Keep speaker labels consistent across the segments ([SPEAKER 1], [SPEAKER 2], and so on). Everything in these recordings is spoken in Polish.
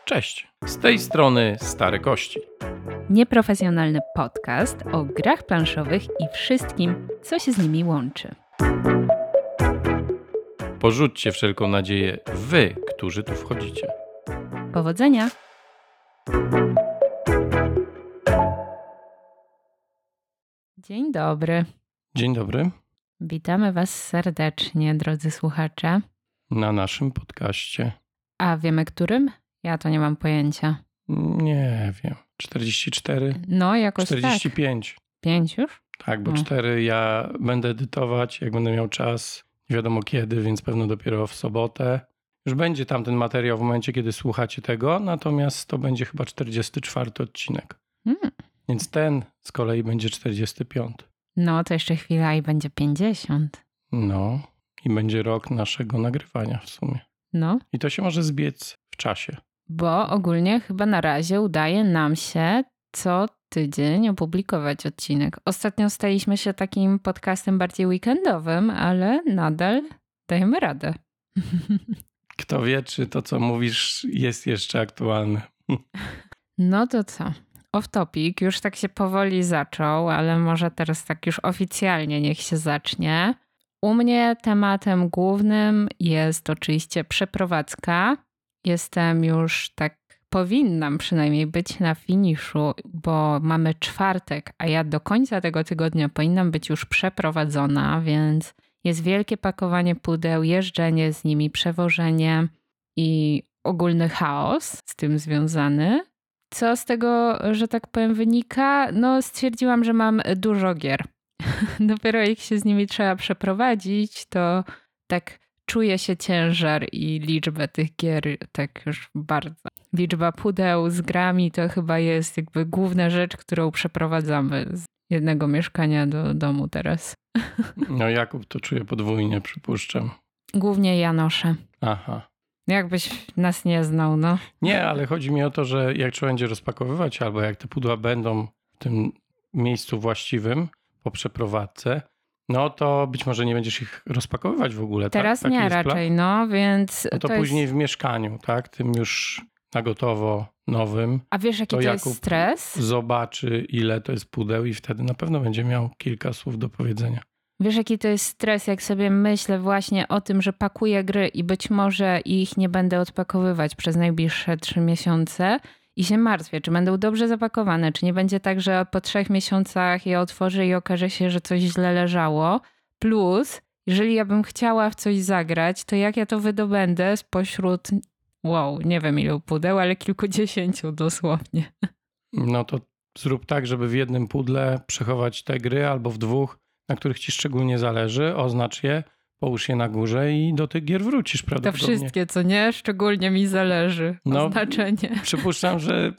[SPEAKER 1] Cześć, z tej strony Stare Kości.
[SPEAKER 2] Nieprofesjonalny podcast o grach planszowych i wszystkim, co się z nimi łączy.
[SPEAKER 1] Porzućcie wszelką nadzieję wy, którzy tu wchodzicie.
[SPEAKER 2] Powodzenia! Dzień dobry.
[SPEAKER 1] Dzień dobry.
[SPEAKER 2] Witamy Was serdecznie, drodzy słuchacze.
[SPEAKER 1] Na naszym podcaście.
[SPEAKER 2] A wiemy którym? Ja to nie mam pojęcia.
[SPEAKER 1] Nie wiem. 44?
[SPEAKER 2] No, jakoś
[SPEAKER 1] 45.
[SPEAKER 2] Tak. 5 już?
[SPEAKER 1] Tak, bo 4 ja będę edytować, jak będę miał czas. Nie wiadomo kiedy, więc pewno dopiero w sobotę. Już będzie tam ten materiał w momencie, kiedy słuchacie tego, natomiast to będzie chyba 44 odcinek. Więc ten z kolei będzie 45.
[SPEAKER 2] No, to jeszcze chwila i będzie 50.
[SPEAKER 1] No, i będzie rok naszego nagrywania w sumie.
[SPEAKER 2] No.
[SPEAKER 1] I to się może zbiec w czasie.
[SPEAKER 2] Bo ogólnie chyba na razie udaje nam się co tydzień opublikować odcinek. Ostatnio staliśmy się takim podcastem bardziej weekendowym, ale nadal dajemy radę.
[SPEAKER 1] Kto wie, czy to, co mówisz, jest jeszcze aktualne.
[SPEAKER 2] No to co? Off topic już tak się powoli zaczął, ale może teraz tak już oficjalnie niech się zacznie. U mnie tematem głównym jest oczywiście przeprowadzka. Jestem już powinnam przynajmniej być na finiszu, bo mamy czwartek, a ja do końca tego tygodnia powinnam być już przeprowadzona, więc jest wielkie pakowanie pudeł, jeżdżenie z nimi, przewożenie i ogólny chaos z tym związany. Co z tego, że tak powiem, wynika? No stwierdziłam, że mam dużo gier. Dopiero jak się z nimi trzeba przeprowadzić, to tak czuję się ciężar i liczbę tych gier tak już bardzo. Liczba pudeł z grami to chyba jest jakby główna rzecz, którą przeprowadzamy z jednego mieszkania do domu teraz.
[SPEAKER 1] No Jakub to czuje podwójnie, przypuszczam.
[SPEAKER 2] Głównie ja noszę.
[SPEAKER 1] Aha.
[SPEAKER 2] Jakbyś nas nie znał, no.
[SPEAKER 1] Nie, ale chodzi mi o to, że jak trzeba będzie rozpakowywać, albo jak te pudła będą w tym miejscu właściwym po przeprowadzce, no to być może nie będziesz ich rozpakowywać w ogóle.
[SPEAKER 2] Teraz
[SPEAKER 1] tak?
[SPEAKER 2] nie raczej, no więc...
[SPEAKER 1] No to później w mieszkaniu, tak? Tym już na gotowo nowym.
[SPEAKER 2] A wiesz jaki to jest stres?
[SPEAKER 1] Zobaczy ile to jest pudeł i wtedy na pewno będzie miał kilka słów do powiedzenia.
[SPEAKER 2] Wiesz jaki to jest stres, jak sobie myślę właśnie o tym, że pakuję gry i być może ich nie będę odpakowywać przez najbliższe 3 miesiące i się martwię, czy będą dobrze zapakowane, czy nie będzie tak, że po 3 miesiącach je otworzę i okaże się, że coś źle leżało. Plus, jeżeli ja bym chciała w coś zagrać, to jak ja to wydobędę spośród, nie wiem ilu pudeł, ale kilkudziesięciu dosłownie.
[SPEAKER 1] No to zrób tak, żeby w jednym pudle przechować te gry albo w 2, na których ci szczególnie zależy, oznacz je, połóż je na górze i do tych gier wrócisz prawdopodobnie.
[SPEAKER 2] To wszystkie, co nie? Szczególnie mi zależy oznaczenie.
[SPEAKER 1] Przypuszczam, że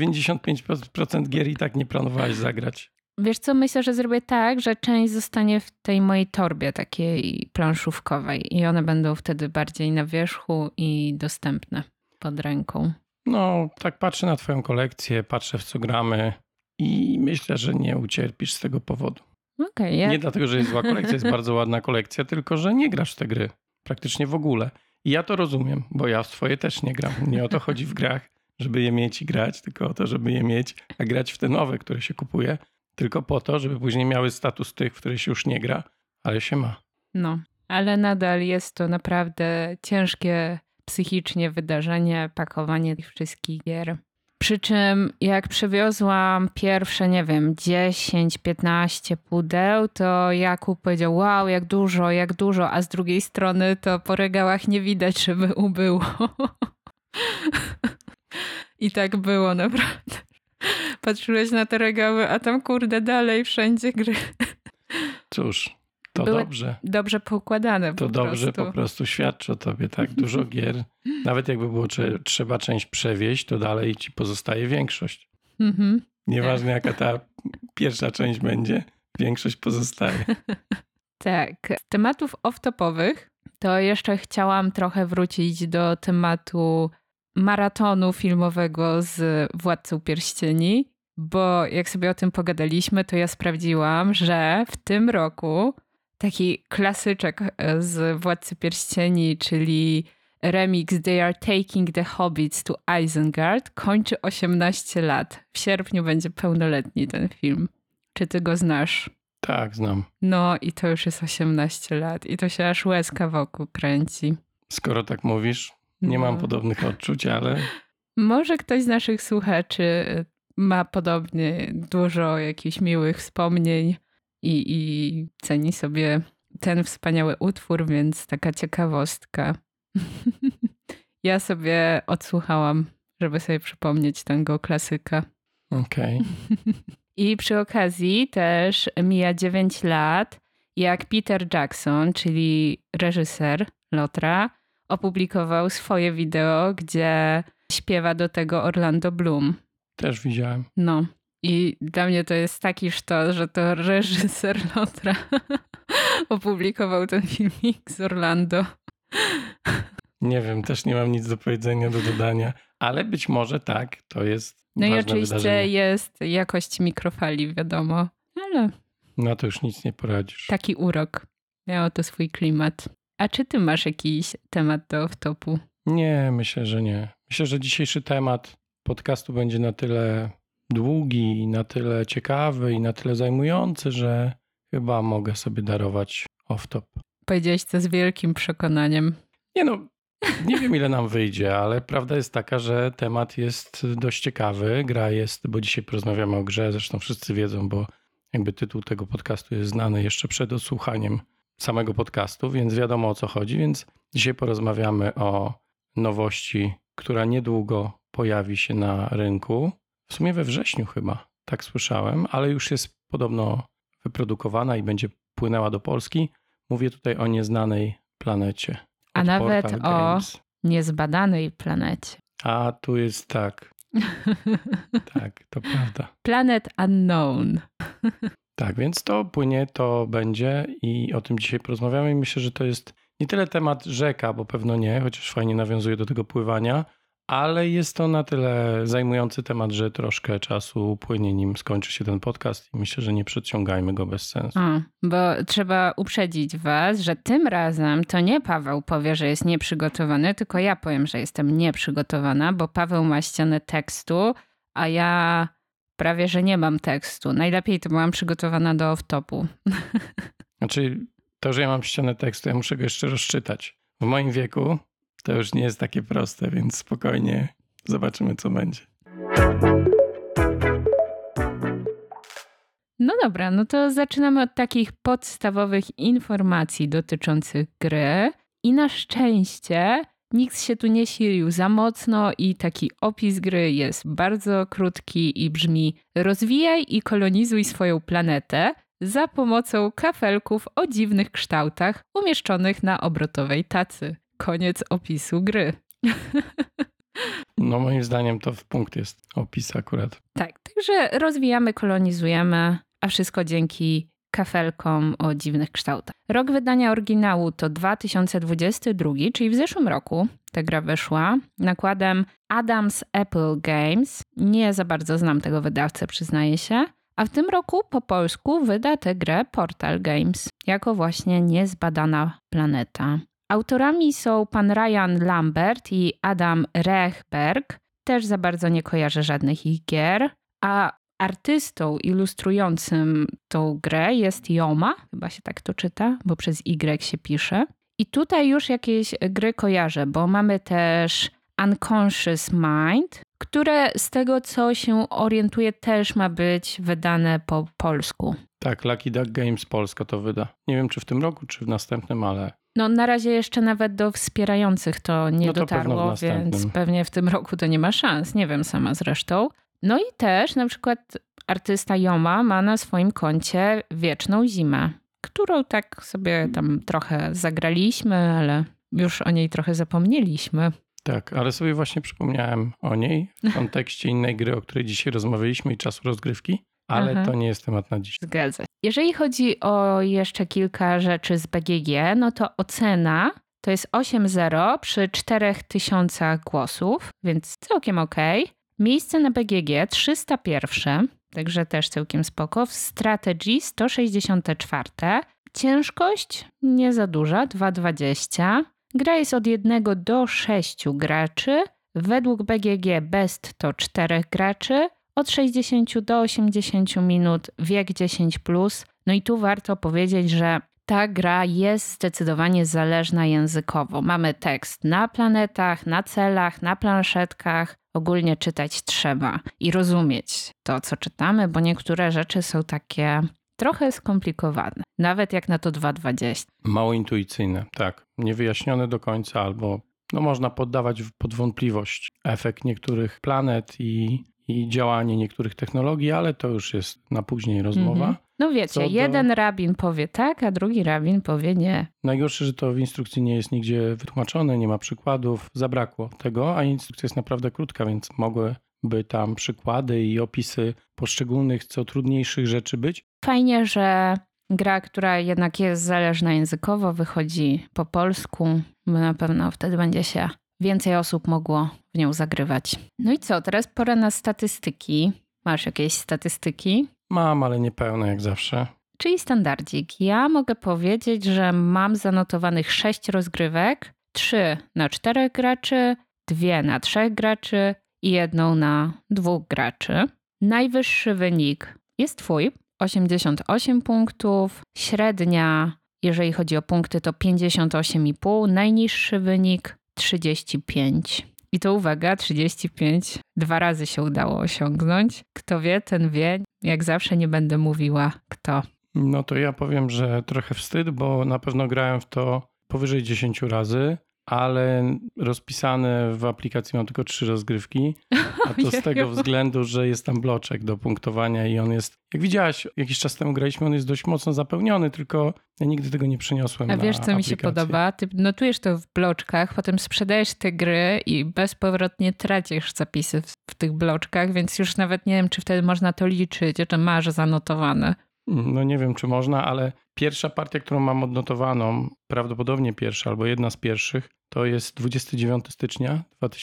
[SPEAKER 1] 95% gier i tak nie planowałeś zagrać.
[SPEAKER 2] Wiesz co, myślę, że zrobię tak, że część zostanie w tej mojej torbie takiej planszówkowej i one będą wtedy bardziej na wierzchu i dostępne pod ręką.
[SPEAKER 1] No, tak patrzę na twoją kolekcję, patrzę w co gramy i myślę, że nie ucierpisz z tego powodu. Nie dlatego, że jest zła kolekcja, jest bardzo ładna kolekcja, tylko że nie grasz w te gry praktycznie w ogóle. I ja to rozumiem, bo ja w swoje też nie gram. Nie o to chodzi w grach, żeby je mieć i grać, tylko o to, żeby je mieć, a grać w te nowe, które się kupuje, tylko po to, żeby później miały status tych, w których się już nie gra, ale się ma.
[SPEAKER 2] No, ale nadal jest to naprawdę ciężkie psychicznie wydarzenie, pakowanie tych wszystkich gier. Przy czym jak przywiozłam pierwsze, 10-15 pudeł, to Jakub powiedział, wow, jak dużo, a z drugiej strony to po regałach nie widać, żeby ubyło. I tak było naprawdę. Patrzyłeś na te regały, a tam dalej wszędzie gry.
[SPEAKER 1] Cóż, to
[SPEAKER 2] były
[SPEAKER 1] dobrze.
[SPEAKER 2] Dobrze poukładane
[SPEAKER 1] to dobrze po prostu świadczy o tobie, tak? Dużo gier. Nawet jakby było trzeba część przewieźć, to dalej ci pozostaje większość. Nieważne jaka ta pierwsza część będzie, większość pozostaje.
[SPEAKER 2] Tak. Z tematów off-topowych to jeszcze chciałam trochę wrócić do tematu maratonu filmowego z Władcą Pierścieni, bo jak sobie o tym pogadaliśmy, to ja sprawdziłam, że w tym roku taki klasyczek z Władcy Pierścieni, czyli remix They Are Taking the Hobbits to Isengard kończy 18 lat. W sierpniu będzie pełnoletni ten film. Czy ty go znasz?
[SPEAKER 1] Tak, znam.
[SPEAKER 2] No i to już jest 18 lat i to się aż łezka wokół kręci.
[SPEAKER 1] Skoro tak mówisz, nie mam podobnych odczuć, ale...
[SPEAKER 2] Może ktoś z naszych słuchaczy ma podobnie dużo jakichś miłych wspomnień i ceni sobie ten wspaniały utwór, więc taka ciekawostka. Ja sobie odsłuchałam, żeby sobie przypomnieć tego klasyka.
[SPEAKER 1] Okej.
[SPEAKER 2] I przy okazji też mija 9 lat, jak Peter Jackson, czyli reżyser Lotra, opublikował swoje wideo, gdzie śpiewa do tego Orlando Bloom.
[SPEAKER 1] Też widziałem.
[SPEAKER 2] No i dla mnie to jest taki sztos, że to reżyser Lotra opublikował ten filmik z Orlando.
[SPEAKER 1] Nie wiem, też nie mam nic do powiedzenia, do dodania, ale być może tak, to jest ważne
[SPEAKER 2] wydarzenie. No i oczywiście jest jakość mikrofali, wiadomo, ale...
[SPEAKER 1] No to już nic nie poradzisz.
[SPEAKER 2] Taki urok. Miało to swój klimat. A czy ty masz jakiś temat do off-topu?
[SPEAKER 1] Nie, myślę, że nie. Myślę, że dzisiejszy temat podcastu będzie na tyle długi, na tyle ciekawy i na tyle zajmujący, że chyba mogę sobie darować off-top.
[SPEAKER 2] Powiedziałeś to z wielkim przekonaniem.
[SPEAKER 1] Nie no, nie wiem ile nam wyjdzie, ale prawda jest taka, że temat jest dość ciekawy. Gra jest, bo dzisiaj porozmawiamy o grze, zresztą wszyscy wiedzą, bo jakby tytuł tego podcastu jest znany jeszcze przed odsłuchaniem samego podcastu, więc wiadomo o co chodzi, więc dzisiaj porozmawiamy o nowości, która niedługo pojawi się na rynku. W sumie we wrześniu chyba, tak słyszałem, ale już jest podobno wyprodukowana i będzie płynęła do Polski. Mówię tutaj o nieznanej planecie.
[SPEAKER 2] A nawet o niezbadanej planecie.
[SPEAKER 1] A tu jest tak. Tak, to prawda.
[SPEAKER 2] Planet Unknown.
[SPEAKER 1] Tak, więc to płynie, to będzie i o tym dzisiaj porozmawiamy i myślę, że to jest nie tyle temat rzeka, bo pewno nie, chociaż fajnie nawiązuje do tego pływania, ale jest to na tyle zajmujący temat, że troszkę czasu płynie, nim skończy się ten podcast i myślę, że nie przeciągajmy go bez sensu.
[SPEAKER 2] Bo trzeba uprzedzić was, że tym razem to nie Paweł powie, że jest nieprzygotowany, tylko ja powiem, że jestem nieprzygotowana, bo Paweł ma ścianę tekstu, a ja prawie, że nie mam tekstu. Najlepiej to byłam przygotowana do off-topu.
[SPEAKER 1] Znaczy to, że ja mam ścianę tekstu, ja muszę go jeszcze rozczytać. W moim wieku to już nie jest takie proste, więc spokojnie zobaczymy, co będzie.
[SPEAKER 2] No dobra, no to zaczynamy od takich podstawowych informacji dotyczących gry. I na szczęście nikt się tu nie silił za mocno i taki opis gry jest bardzo krótki i brzmi: rozwijaj i kolonizuj swoją planetę za pomocą kafelków o dziwnych kształtach umieszczonych na obrotowej tacy. Koniec opisu gry.
[SPEAKER 1] No moim zdaniem to w punkt jest opis akurat.
[SPEAKER 2] Tak, także rozwijamy, kolonizujemy, a wszystko dzięki kafelkom o dziwnych kształtach. Rok wydania oryginału to 2022, czyli w zeszłym roku ta gra wyszła nakładem Adams Apple Games. Nie za bardzo znam tego wydawcę, przyznaję się. A w tym roku po polsku wyda tę grę Portal Games jako właśnie niezbadana planeta. Autorami są pan Ryan Lambert i Adam Rechberg. Też za bardzo nie kojarzę żadnych ich gier. A artystą ilustrującym tą grę jest Yoma, chyba się tak to czyta, bo przez Y się pisze. I tutaj już jakieś gry kojarzę, bo mamy też Unconscious Mind, które z tego co się orientuję też ma być wydane po polsku.
[SPEAKER 1] Tak, Lucky Duck Games Polska to wyda. Nie wiem czy w tym roku, czy w następnym, ale...
[SPEAKER 2] No na razie jeszcze nawet do wspierających to nie
[SPEAKER 1] to
[SPEAKER 2] dotarło, więc pewnie w tym roku to nie ma szans. Nie wiem sama zresztą. No i też na przykład artysta Yoma ma na swoim koncie Wieczną Zimę, którą tak sobie tam trochę zagraliśmy, ale już o niej trochę zapomnieliśmy.
[SPEAKER 1] Tak, ale sobie właśnie przypomniałem o niej w kontekście innej gry, o której dzisiaj rozmawialiśmy i czasu rozgrywki, ale to nie jest temat na dziś.
[SPEAKER 2] Zgadza się. Jeżeli chodzi o jeszcze kilka rzeczy z BGG, no to ocena to jest 8.0 przy 4000 głosów, więc całkiem okej. Miejsce na BGG 301, także też całkiem spoko. W Strategy 164. Ciężkość nie za duża, 2,20. Gra jest od 1 do 6 graczy. Według BGG Best to 4 graczy. Od 60 do 80 minut, wiek 10+. No i tu warto powiedzieć, że ta gra jest zdecydowanie zależna językowo. Mamy tekst na planetach, na celach, na planszetkach. Ogólnie czytać trzeba i rozumieć to, co czytamy, bo niektóre rzeczy są takie trochę skomplikowane. Nawet jak na to 2.20.
[SPEAKER 1] Mało intuicyjne, tak. Niewyjaśnione do końca albo można poddawać pod wątpliwość efekt niektórych planet i działanie niektórych technologii, ale to już jest na później rozmowa.
[SPEAKER 2] No wiecie, jeden rabin powie tak, a drugi rabin powie nie.
[SPEAKER 1] Najgorsze, że to w instrukcji nie jest nigdzie wytłumaczone, nie ma przykładów, zabrakło tego, a instrukcja jest naprawdę krótka, więc mogłyby tam przykłady i opisy poszczególnych, co trudniejszych rzeczy być.
[SPEAKER 2] Fajnie, że gra, która jednak jest zależna językowo, wychodzi po polsku, bo na pewno wtedy będzie się więcej osób mogło w nią zagrywać. No i co, teraz pora na statystyki. Masz jakieś statystyki?
[SPEAKER 1] Mam, ale niepełne jak zawsze.
[SPEAKER 2] Czyli standardzik. Ja mogę powiedzieć, że mam zanotowanych 6 rozgrywek, 3 na 4 graczy, 2 na 3 graczy i 1 na 2 graczy. Najwyższy wynik jest twój, 88 punktów. Średnia, jeżeli chodzi o punkty, to 58,5. Najniższy wynik 35. I to uwaga, 35 2 razy się udało osiągnąć. Kto wie, ten wie. Jak zawsze nie będę mówiła kto.
[SPEAKER 1] No to ja powiem, że trochę wstyd, bo na pewno grałem w to powyżej 10 razy, ale rozpisane w aplikacji mam tylko 3 rozgrywki, a to z tego względu, że jest tam bloczek do punktowania i on jest, jak widziałaś, jakiś czas temu graliśmy, on jest dość mocno zapełniony, tylko ja nigdy tego nie przeniosłem.
[SPEAKER 2] A wiesz, co mi się podoba? Ty notujesz to w bloczkach, potem sprzedajesz te gry i bezpowrotnie tracisz zapisy w tych bloczkach, więc już nawet nie wiem, czy wtedy można to liczyć, że masz zanotowane.
[SPEAKER 1] No nie wiem, czy można, ale pierwsza partia, którą mam odnotowaną, prawdopodobnie pierwsza albo jedna z pierwszych, to jest 29 stycznia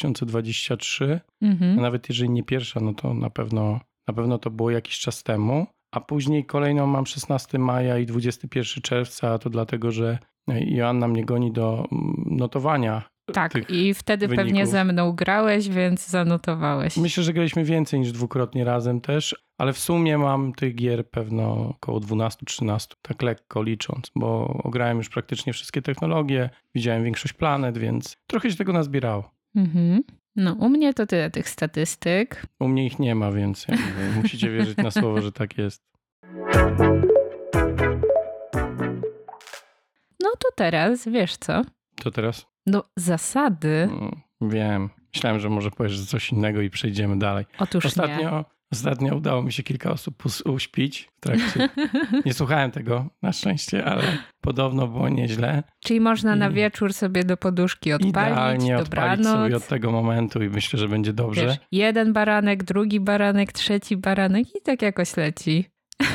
[SPEAKER 1] 2023. A nawet jeżeli nie pierwsza, no to na pewno to było jakiś czas temu. A później kolejną mam 16 maja i 21 czerwca, a to dlatego, że Joanna mnie goni do notowania.
[SPEAKER 2] Tak, i wtedy
[SPEAKER 1] wyników.
[SPEAKER 2] Pewnie ze mną grałeś, więc zanotowałeś.
[SPEAKER 1] Myślę, że graliśmy więcej niż dwukrotnie razem też, ale w sumie mam tych gier pewno około 12-13, tak lekko licząc, bo ograłem już praktycznie wszystkie technologie, widziałem większość planet, więc trochę się tego nazbierało.
[SPEAKER 2] No, u mnie to tyle tych statystyk.
[SPEAKER 1] U mnie ich nie ma, więc musicie wierzyć na słowo, że tak jest.
[SPEAKER 2] No to teraz, wiesz co?
[SPEAKER 1] To teraz?
[SPEAKER 2] No, zasady.
[SPEAKER 1] Wiem. Myślałem, że może powiesz coś innego i przejdziemy dalej.
[SPEAKER 2] Otóż
[SPEAKER 1] Ostatnio udało mi się kilka osób uśpić w trakcie. Nie słuchałem tego na szczęście, ale podobno było nieźle.
[SPEAKER 2] Czyli można na wieczór sobie do poduszki odpalić,
[SPEAKER 1] idealnie
[SPEAKER 2] dobranoc.
[SPEAKER 1] odpalić sobie od tego momentu i myślę, że będzie dobrze.
[SPEAKER 2] Wiesz, jeden baranek, drugi baranek, trzeci baranek i tak jakoś leci.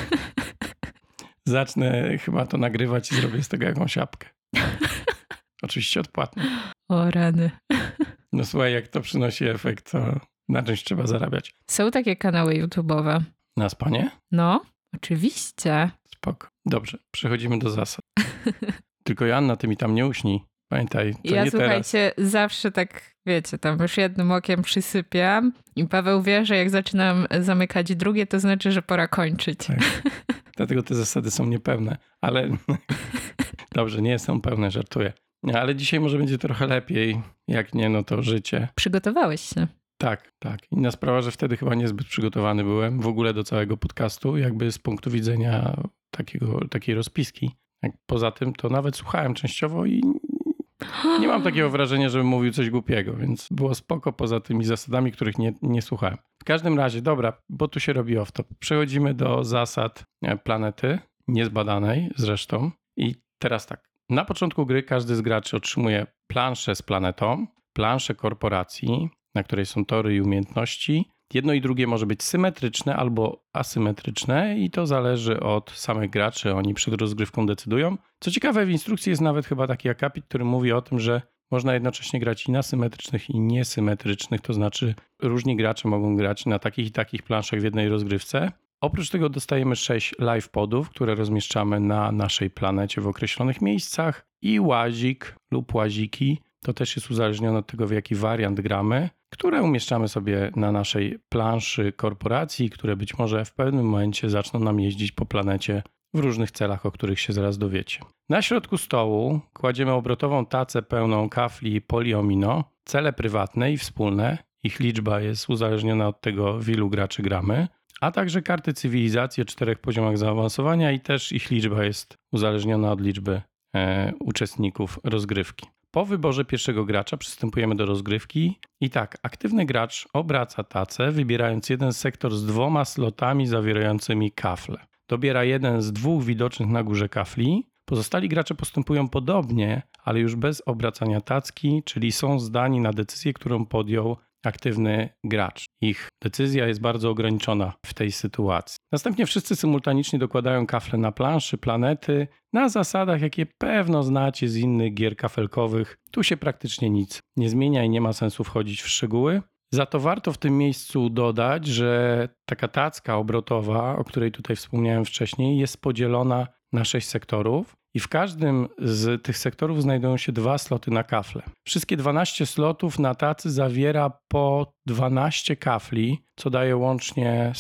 [SPEAKER 1] Zacznę chyba to nagrywać i zrobię z tego jakąś apkę. Oczywiście odpłatnie.
[SPEAKER 2] O rany.
[SPEAKER 1] No słuchaj, jak to przynosi efekt, to na czymś trzeba zarabiać.
[SPEAKER 2] Są takie kanały YouTube'owe.
[SPEAKER 1] Na spanie?
[SPEAKER 2] No, oczywiście.
[SPEAKER 1] Spoko. Dobrze, przechodzimy do zasad. Tylko Joanna, ty mi tam nie uśnij. Pamiętaj, to
[SPEAKER 2] ja
[SPEAKER 1] nie
[SPEAKER 2] słuchajcie,
[SPEAKER 1] teraz.
[SPEAKER 2] zawsze tak, wiecie, tam już jednym okiem przysypiam i Paweł wie, że jak zaczynam zamykać drugie, to znaczy, że pora kończyć.
[SPEAKER 1] Tak. Dlatego te zasady są niepełne, ale dobrze, nie są pełne, żartuję. Ale dzisiaj może będzie trochę lepiej, jak nie, no to życie.
[SPEAKER 2] Przygotowałeś się.
[SPEAKER 1] Tak. Inna sprawa, że wtedy chyba niezbyt przygotowany byłem w ogóle do całego podcastu, jakby z punktu widzenia takiej rozpiski. Poza tym to nawet słuchałem częściowo i nie mam takiego wrażenia, żebym mówił coś głupiego, więc było spoko poza tymi zasadami, których nie słuchałem. W każdym razie, dobra, bo tu się robi off-top. Przechodzimy do zasad planety, niezbadanej zresztą. I teraz tak. Na początku gry każdy z graczy otrzymuje planszę z planetą, planszę korporacji, na której są tory i umiejętności. Jedno i drugie może być symetryczne albo asymetryczne i to zależy od samych graczy. Oni przed rozgrywką decydują. Co ciekawe, w instrukcji jest nawet chyba taki akapit, który mówi o tym, że można jednocześnie grać i na symetrycznych i niesymetrycznych, to znaczy różni gracze mogą grać na takich i takich planszach w jednej rozgrywce. Oprócz tego dostajemy 6 live podów, które rozmieszczamy na naszej planecie w określonych miejscach i łazik lub łaziki, to też jest uzależnione od tego, w jaki wariant gramy, które umieszczamy sobie na naszej planszy korporacji, które być może w pewnym momencie zaczną nam jeździć po planecie w różnych celach, o których się zaraz dowiecie. Na środku stołu kładziemy obrotową tacę pełną kafli poliomino, cele prywatne i wspólne. Ich liczba jest uzależniona od tego, w ilu graczy gramy, a także karty cywilizacji o 4 poziomach zaawansowania i też ich liczba jest uzależniona od liczby uczestników rozgrywki. Po wyborze pierwszego gracza przystępujemy do rozgrywki i tak, aktywny gracz obraca tacę, wybierając jeden sektor z 2 slotami zawierającymi kafle. Dobiera jeden z 2 widocznych na górze kafli. Pozostali gracze postępują podobnie, ale już bez obracania tacki, czyli są zdani na decyzję, którą podjął aktywny gracz. Ich decyzja jest bardzo ograniczona w tej sytuacji. Następnie wszyscy symultanicznie dokładają kafle na planszy planety na zasadach, jakie pewno znacie z innych gier kafelkowych. Tu się praktycznie nic nie zmienia i nie ma sensu wchodzić w szczegóły. Za to warto w tym miejscu dodać, że taka tacka obrotowa, o której tutaj wspomniałem wcześniej, jest podzielona na 6 sektorów i w każdym z tych sektorów znajdują się 2 sloty na kafle. Wszystkie 12 slotów na tacy zawiera po 12 kafli, co daje łącznie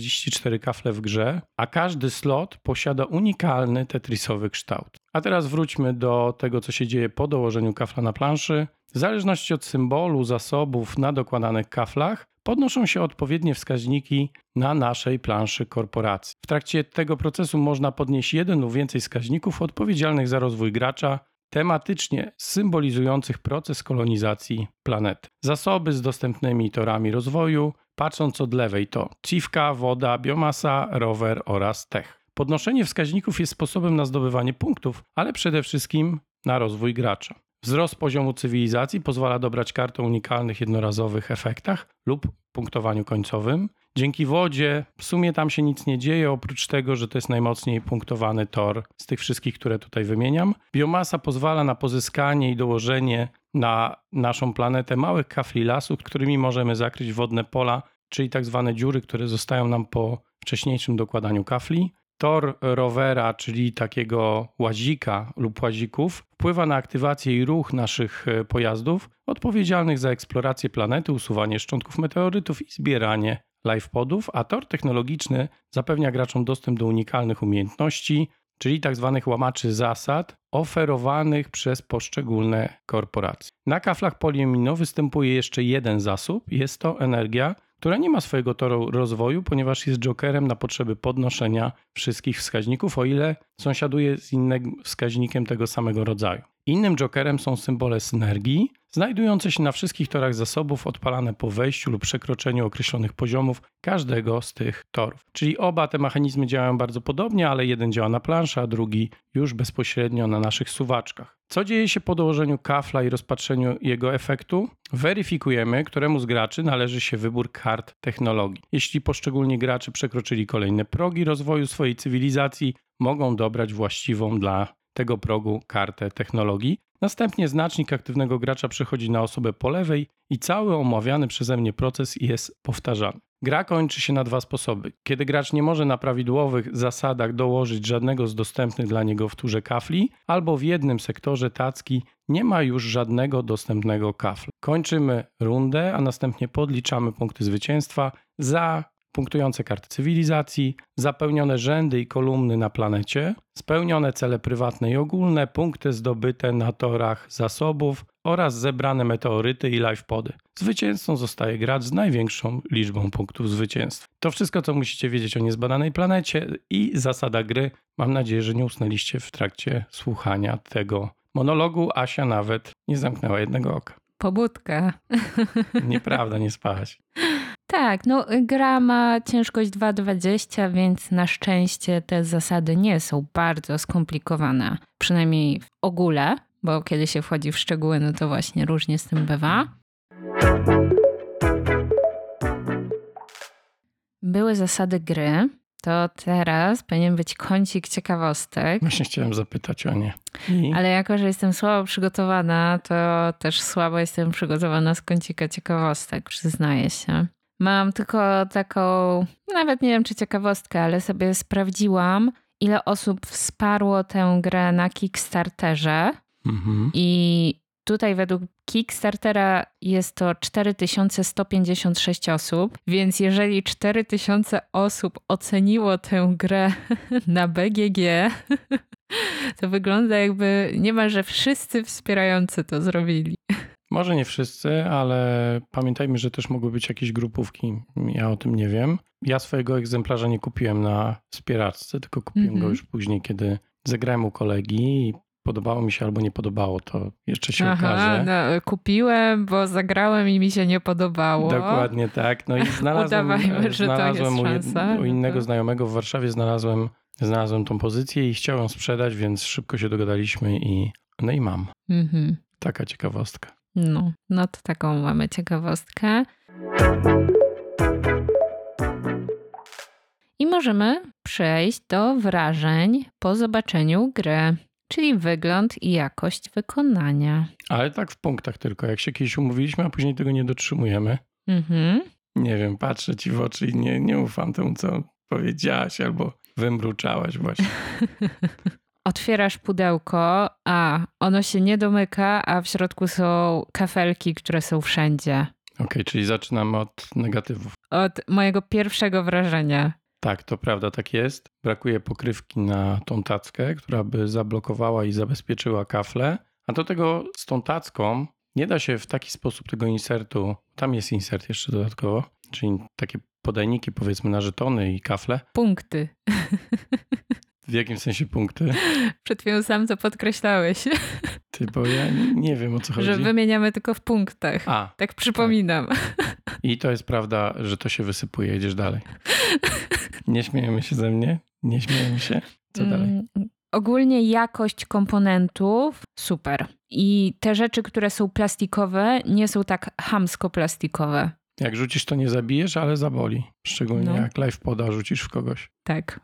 [SPEAKER 1] 144 kafle w grze, a każdy slot posiada unikalny tetrisowy kształt. A teraz wróćmy do tego, co się dzieje po dołożeniu kafla na planszy. W zależności od symbolu zasobów na dokładanych kaflach podnoszą się odpowiednie wskaźniki na naszej planszy korporacji. W trakcie tego procesu można podnieść jeden lub więcej wskaźników odpowiedzialnych za rozwój gracza, tematycznie symbolizujących proces kolonizacji planety. Zasoby z dostępnymi torami rozwoju, patrząc od lewej to ciwka, woda, biomasa, rower oraz tech. Podnoszenie wskaźników jest sposobem na zdobywanie punktów, ale przede wszystkim na rozwój gracza. Wzrost poziomu cywilizacji pozwala dobrać kartę o unikalnych jednorazowych efektach lub punktowaniu końcowym. Dzięki wodzie w sumie tam się nic nie dzieje, oprócz tego, że to jest najmocniej punktowany tor z tych wszystkich, które tutaj wymieniam. Biomasa pozwala na pozyskanie i dołożenie na naszą planetę małych kafli lasu, którymi możemy zakryć wodne pola, czyli tak zwane dziury, które zostają nam po wcześniejszym dokładaniu kafli. Tor rowera, czyli takiego łazika lub łazików, wpływa na aktywację i ruch naszych pojazdów odpowiedzialnych za eksplorację planety, usuwanie szczątków meteorytów i zbieranie lifepodów, a tor technologiczny zapewnia graczom dostęp do unikalnych umiejętności, czyli tzw. łamaczy zasad oferowanych przez poszczególne korporacje. Na kaflach poliomino występuje jeszcze jeden zasób, jest to energia, która nie ma swojego toru rozwoju, ponieważ jest jokerem na potrzeby podnoszenia wszystkich wskaźników, o ile sąsiaduje z innym wskaźnikiem tego samego rodzaju. Innym jokerem są symbole synergii, znajdujące się na wszystkich torach zasobów, odpalane po wejściu lub przekroczeniu określonych poziomów każdego z tych torów. Czyli oba te mechanizmy działają bardzo podobnie, ale jeden działa na planszy, a drugi już bezpośrednio na naszych suwaczkach. Co dzieje się po dołożeniu kafla i rozpatrzeniu jego efektu? Weryfikujemy, któremu z graczy należy się wybór kart technologii. Jeśli poszczególni gracze przekroczyli kolejne progi rozwoju swojej cywilizacji, mogą dobrać właściwą dla tego progu kartę technologii. Następnie znacznik aktywnego gracza przechodzi na osobę po lewej i cały omawiany przeze mnie proces jest powtarzany. Gra kończy się na 2 sposoby. Kiedy gracz nie może na prawidłowych zasadach dołożyć żadnego z dostępnych dla niego w turze kafli, albo w jednym sektorze tacki nie ma już żadnego dostępnego kafla. Kończymy rundę, a następnie podliczamy punkty zwycięstwa za punktujące karty cywilizacji, zapełnione rzędy i kolumny na planecie, spełnione cele prywatne i ogólne, punkty zdobyte na torach zasobów oraz zebrane meteoryty i lifepody. Zwycięzcą zostaje gracz z największą liczbą punktów zwycięstwa. To wszystko, co musicie wiedzieć o niezbadanej planecie i zasada gry. Mam nadzieję, że nie usnęliście w trakcie słuchania tego monologu. Asia nawet nie zamknęła jednego oka.
[SPEAKER 2] Pobudka.
[SPEAKER 1] Nieprawda, nie spałaś.
[SPEAKER 2] Tak, no gra ma ciężkość 2,20, więc na szczęście te zasady nie są bardzo skomplikowane. Przynajmniej w ogóle, bo kiedy się wchodzi w szczegóły, no to właśnie różnie z tym bywa. Były zasady gry, to teraz powinien być kącik ciekawostek.
[SPEAKER 1] Właśnie chciałem zapytać o nie.
[SPEAKER 2] Ale jako, że jestem słabo przygotowana, to też słabo jestem przygotowana z kącika ciekawostek, przyznaję się. Mam tylko taką, nawet nie wiem czy ciekawostkę, ale sobie sprawdziłam, ile osób wsparło tę grę na Kickstarterze. I tutaj według Kickstartera jest to 4156 osób, więc jeżeli 4000 osób oceniło tę grę na BGG, to wygląda jakby niemalże wszyscy wspierający to zrobili.
[SPEAKER 1] Może nie wszyscy, ale pamiętajmy, że też mogły być jakieś grupówki. Ja o tym nie wiem. Ja swojego egzemplarza nie kupiłem na wspieraczce, tylko kupiłem go już później, kiedy zagrałem u kolegi i podobało mi się albo nie podobało, to jeszcze się okaże.
[SPEAKER 2] No, kupiłem, bo zagrałem i mi się nie podobało.
[SPEAKER 1] Dokładnie tak. No i
[SPEAKER 2] Udawajmy, że to jest szansa.
[SPEAKER 1] U innego znajomego w Warszawie znalazłem tą pozycję i chciałem ją sprzedać, więc szybko się dogadaliśmy i mam. Taka ciekawostka.
[SPEAKER 2] No to taką mamy ciekawostkę. I możemy przejść do wrażeń po zobaczeniu gry, czyli wygląd i jakość wykonania.
[SPEAKER 1] Ale tak w punktach tylko, jak się kiedyś umówiliśmy, a później tego nie dotrzymujemy. Nie wiem, patrzę ci w oczy i nie ufam temu, co powiedziałaś albo wymruczałaś właśnie.
[SPEAKER 2] Otwierasz pudełko, a ono się nie domyka, a w środku są kafelki, które są wszędzie.
[SPEAKER 1] Okej, czyli zaczynamy od negatywów.
[SPEAKER 2] Od mojego pierwszego wrażenia.
[SPEAKER 1] Tak, to prawda, tak jest. Brakuje pokrywki na tą tackę, która by zablokowała i zabezpieczyła kafle. A do tego z tą tacką nie da się w taki sposób tego insertu, tam jest insert jeszcze dodatkowo, czyli takie podajniki powiedzmy na żetony i kafle.
[SPEAKER 2] Punkty.
[SPEAKER 1] W jakim sensie punkty?
[SPEAKER 2] Przed chwilą sam to podkreślałeś.
[SPEAKER 1] Bo ja nie wiem, o co chodzi.
[SPEAKER 2] Że wymieniamy tylko w punktach. Tak przypominam.
[SPEAKER 1] Tak. I to jest prawda, że to się wysypuje. Idziesz dalej. Nie śmiejemy się ze mnie? Nie śmiejemy się? Co dalej?
[SPEAKER 2] Ogólnie jakość komponentów super. I te rzeczy, które są plastikowe, nie są tak chamsko plastikowe.
[SPEAKER 1] Jak rzucisz, to nie zabijesz, ale zaboli. Szczególnie jak live poda rzucisz w kogoś.
[SPEAKER 2] Tak.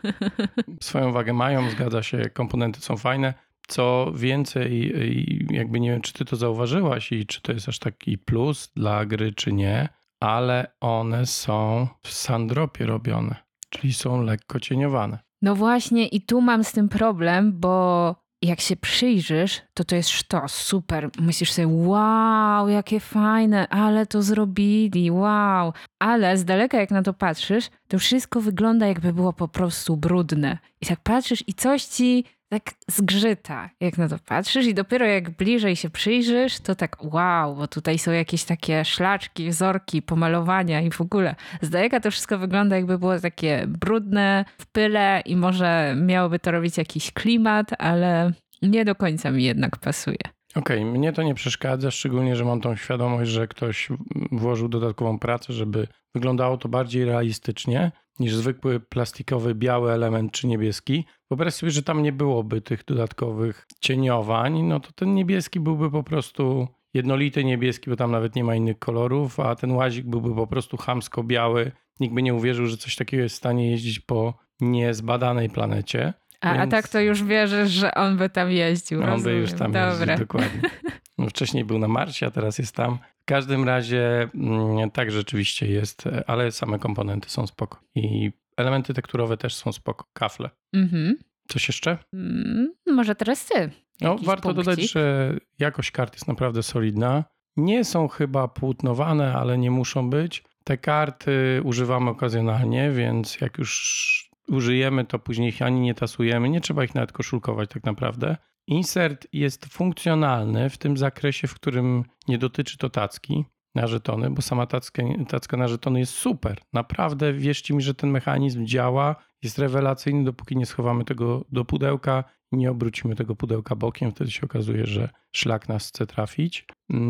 [SPEAKER 1] Swoją wagę mają, zgadza się, komponenty są fajne. Co więcej, jakby nie wiem, czy ty to zauważyłaś i czy to jest aż taki plus dla gry, czy nie, ale one są w sandropie robione, czyli są lekko cieniowane.
[SPEAKER 2] No właśnie i tu mam z tym problem, bo jak się przyjrzysz, to jest sztos, super. Myślisz sobie, wow, jakie fajne, ale to zrobili, wow. Ale z daleka jak na to patrzysz, to wszystko wygląda jakby było po prostu brudne. I tak patrzysz i coś ci tak zgrzyta, jak na to patrzysz i dopiero jak bliżej się przyjrzysz, to tak wow, bo tutaj są jakieś takie szlaczki, wzorki, pomalowania i w ogóle. Z daleka to wszystko wygląda jakby było takie brudne, w pyle i może miałoby to robić jakiś klimat, ale nie do końca mi jednak pasuje.
[SPEAKER 1] Okej, mnie to nie przeszkadza, szczególnie, że mam tą świadomość, że ktoś włożył dodatkową pracę, żeby wyglądało to bardziej realistycznie niż zwykły plastikowy, biały element czy niebieski. Wyobraź sobie, że tam nie byłoby tych dodatkowych cieniowań, no to ten niebieski byłby po prostu jednolity niebieski, bo tam nawet nie ma innych kolorów, a ten łazik byłby po prostu chamsko biały. Nikt by nie uwierzył, że coś takiego jest w stanie jeździć po niezbadanej planecie.
[SPEAKER 2] A tak to już wierzysz, że on by tam jeździł.
[SPEAKER 1] On by już tam jeździł, dokładnie. No, wcześniej był na Marsie, a teraz jest tam. W każdym razie tak rzeczywiście jest, ale same komponenty są spoko. I elementy tekturowe też są spoko. Kafle. Coś jeszcze?
[SPEAKER 2] Może teraz ty.
[SPEAKER 1] No, warto dodać, że jakość kart jest naprawdę solidna. Nie są chyba płótnowane, ale nie muszą być. Te karty używamy okazjonalnie, więc jak już użyjemy, to później ich ani nie tasujemy. Nie trzeba ich nawet koszulkować tak naprawdę. Insert jest funkcjonalny w tym zakresie, w którym nie dotyczy to tacki na żetony, bo sama tacka na żetony jest super. Naprawdę wierzcie mi, że ten mechanizm działa, jest rewelacyjny, dopóki nie schowamy tego do pudełka i nie obrócimy tego pudełka bokiem. Wtedy się okazuje, że szlak nas chce trafić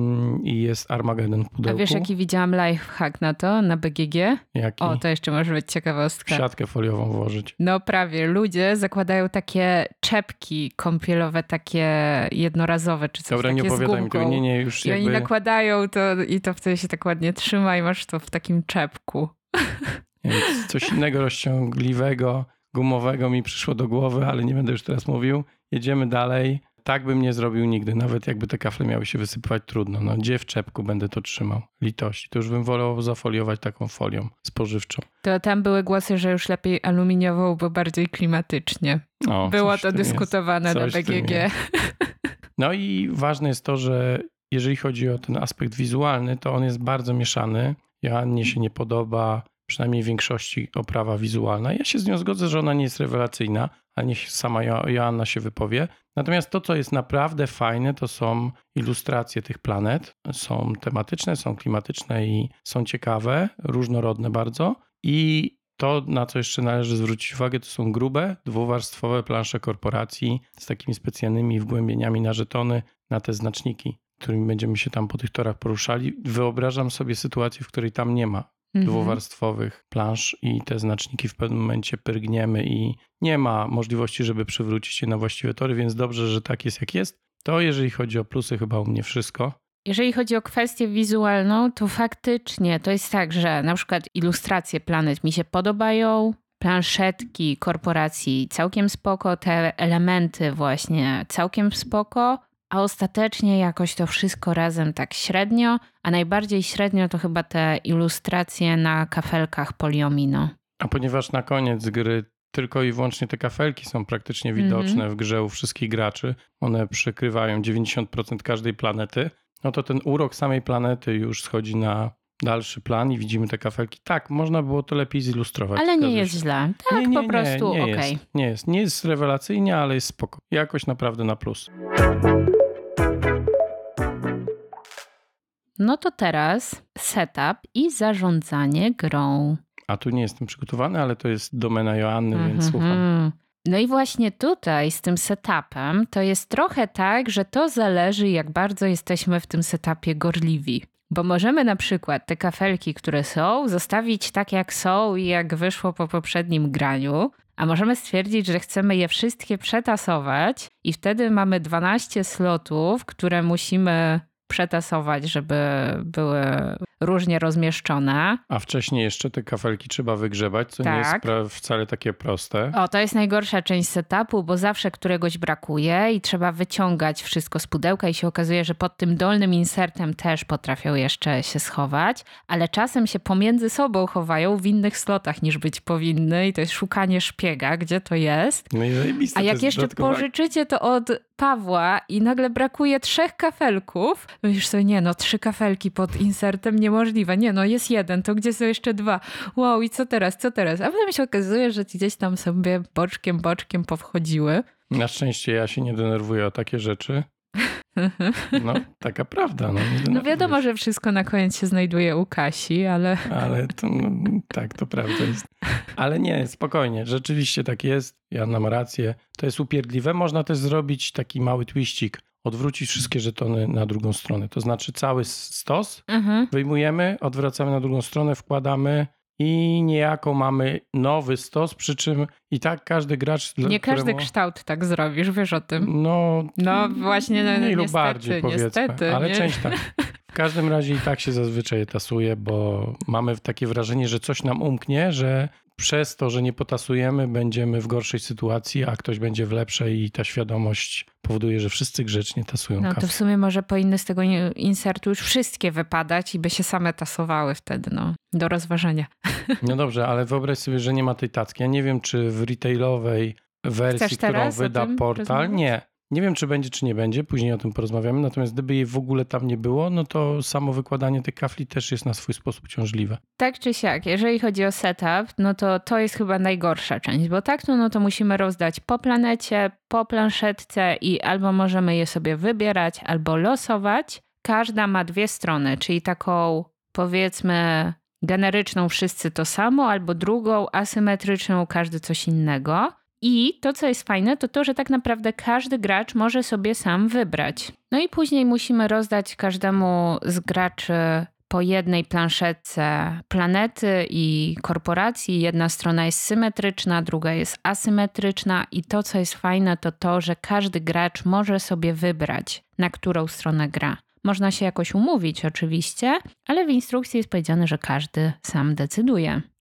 [SPEAKER 1] i jest Armageddon w pudełku.
[SPEAKER 2] A wiesz, jaki widziałam lifehack na to, na BGG?
[SPEAKER 1] Jaki?
[SPEAKER 2] O, to jeszcze może być ciekawostka.
[SPEAKER 1] Siatkę foliową włożyć.
[SPEAKER 2] No prawie. Ludzie zakładają takie czepki kąpielowe, takie jednorazowe, czy coś
[SPEAKER 1] Dobra,
[SPEAKER 2] takie
[SPEAKER 1] nie opowiadaj
[SPEAKER 2] mi tego.
[SPEAKER 1] Nie, już
[SPEAKER 2] I
[SPEAKER 1] jakby...
[SPEAKER 2] oni nakładają to i to wtedy się tak ładnie trzyma i masz to w takim czepku.
[SPEAKER 1] Więc coś innego rozciągliwego, gumowego mi przyszło do głowy, ale nie będę już teraz mówił. Jedziemy dalej. Tak bym nie zrobił nigdy, nawet jakby te kafle miały się wysypywać trudno. No gdzie w czepku będę to trzymał? Litości. To już bym wolał zafoliować taką folią spożywczą.
[SPEAKER 2] To tam były głosy, że już lepiej aluminiową, bo bardziej klimatycznie. Było to dyskutowane na BGG.
[SPEAKER 1] No i ważne jest to, że jeżeli chodzi o ten aspekt wizualny, to on jest bardzo mieszany. Joannie się nie podoba, przynajmniej w większości, oprawa wizualna. Ja się z nią zgodzę, że ona nie jest rewelacyjna, ale niech sama Joanna się wypowie. Natomiast to, co jest naprawdę fajne, to są ilustracje tych planet. Są tematyczne, są klimatyczne i są ciekawe, różnorodne bardzo. I to, na co jeszcze należy zwrócić uwagę, to są grube, dwuwarstwowe plansze korporacji z takimi specjalnymi wgłębieniami na żetony, na te znaczniki, którymi będziemy się tam po tych torach poruszali. Wyobrażam sobie sytuację, w której tam nie ma dwuwarstwowych plansz i te znaczniki w pewnym momencie pyrgniemy i nie ma możliwości, żeby przywrócić je na właściwe tory, więc dobrze, że tak jest jak jest. To jeżeli chodzi o plusy, chyba u mnie wszystko.
[SPEAKER 2] Jeżeli chodzi o kwestię wizualną, to faktycznie to jest tak, że na przykład ilustracje planet mi się podobają, planszetki korporacji całkiem spoko, te elementy właśnie całkiem spoko, a ostatecznie jakoś to wszystko razem tak średnio, a najbardziej średnio to chyba te ilustracje na kafelkach poliomino.
[SPEAKER 1] A ponieważ na koniec gry tylko i wyłącznie te kafelki są praktycznie widoczne w grze u wszystkich graczy, one przykrywają 90% każdej planety, no to ten urok samej planety już schodzi na dalszy plan i widzimy te kafelki. Tak, można było to lepiej zilustrować.
[SPEAKER 2] Ale nie jest źle. Tak, po prostu okej.
[SPEAKER 1] Nie jest rewelacyjnie, ale jest spoko. Jakoś naprawdę na plus.
[SPEAKER 2] No to teraz setup i zarządzanie grą.
[SPEAKER 1] A tu nie jestem przygotowany, ale to jest domena Joanny, więc słucham.
[SPEAKER 2] No i właśnie tutaj z tym setupem to jest trochę tak, że to zależy, jak bardzo jesteśmy w tym setupie gorliwi. Bo możemy na przykład te kafelki, które są, zostawić tak jak są i jak wyszło po poprzednim graniu, a możemy stwierdzić, że chcemy je wszystkie przetasować i wtedy mamy 12 slotów, które musimy przetasować, żeby były różnie rozmieszczone.
[SPEAKER 1] A wcześniej jeszcze te kafelki trzeba wygrzebać, co nie jest wcale takie proste.
[SPEAKER 2] O, to jest najgorsza część setupu, bo zawsze któregoś brakuje i trzeba wyciągać wszystko z pudełka i się okazuje, że pod tym dolnym insertem też potrafią jeszcze się schować, ale czasem się pomiędzy sobą chowają w innych slotach niż być powinny i to jest szukanie szpiega, gdzie to jest.
[SPEAKER 1] No i zajebiste.
[SPEAKER 2] A jak jeszcze pożyczycie to od Pawła i nagle brakuje 3 kafelków, myślisz sobie, 3 kafelki pod insertem niemożliwe. Jest 1, to gdzie są jeszcze 2? Wow, i co teraz? A potem się okazuje, że gdzieś tam sobie boczkiem powchodziły.
[SPEAKER 1] Na szczęście ja się nie denerwuję o takie rzeczy. No, taka prawda.
[SPEAKER 2] No wiadomo, że wszystko na koniec się znajduje u Kasi, ale...
[SPEAKER 1] Ale to, tak, to prawda jest. Ale nie, spokojnie, rzeczywiście tak jest. Ja mam rację. To jest upierdliwe. Można też zrobić taki mały twiścik. Odwrócić wszystkie żetony na drugą stronę. To znaczy cały stos wyjmujemy, odwracamy na drugą stronę, wkładamy i niejako mamy nowy stos, przy czym i tak każdy gracz...
[SPEAKER 2] Nie każdy kształt tak zrobisz, wiesz o tym.
[SPEAKER 1] No
[SPEAKER 2] właśnie,
[SPEAKER 1] mniej lub bardziej, powiedzmy, ale część tak. W każdym razie i tak się zazwyczaj tasuje, bo mamy takie wrażenie, że coś nam umknie, że przez to, że nie potasujemy, będziemy w gorszej sytuacji, a ktoś będzie w lepszej i ta świadomość powoduje, że wszyscy grzecznie tasują kawę.
[SPEAKER 2] To w sumie może powinny z tego insertu już wszystkie wypadać i by się same tasowały wtedy, do rozważenia.
[SPEAKER 1] No dobrze, ale wyobraź sobie, że nie ma tej tacki. Ja nie wiem, czy w retailowej wersji, którą wyda portal, nie wiem, czy będzie, czy nie będzie, później o tym porozmawiamy, natomiast gdyby jej w ogóle tam nie było, no to samo wykładanie tych kafli też jest na swój sposób uciążliwe.
[SPEAKER 2] Tak czy siak, jeżeli chodzi o setup, no to jest chyba najgorsza część, bo tak, to musimy rozdać po planecie, po planszetce i albo możemy je sobie wybierać, albo losować. Każda ma 2 strony, czyli taką, powiedzmy, generyczną wszyscy to samo, albo drugą asymetryczną, każdy coś innego. I to, co jest fajne, to to, że tak naprawdę każdy gracz może sobie sam wybrać. No i później musimy rozdać każdemu z graczy po jednej planszetce planety i korporacji. Jedna strona jest symetryczna, druga jest asymetryczna i to, co jest fajne, to to, że każdy gracz może sobie wybrać, na którą stronę gra. Można się jakoś umówić oczywiście, ale w instrukcji jest powiedziane, że każdy sam decyduje.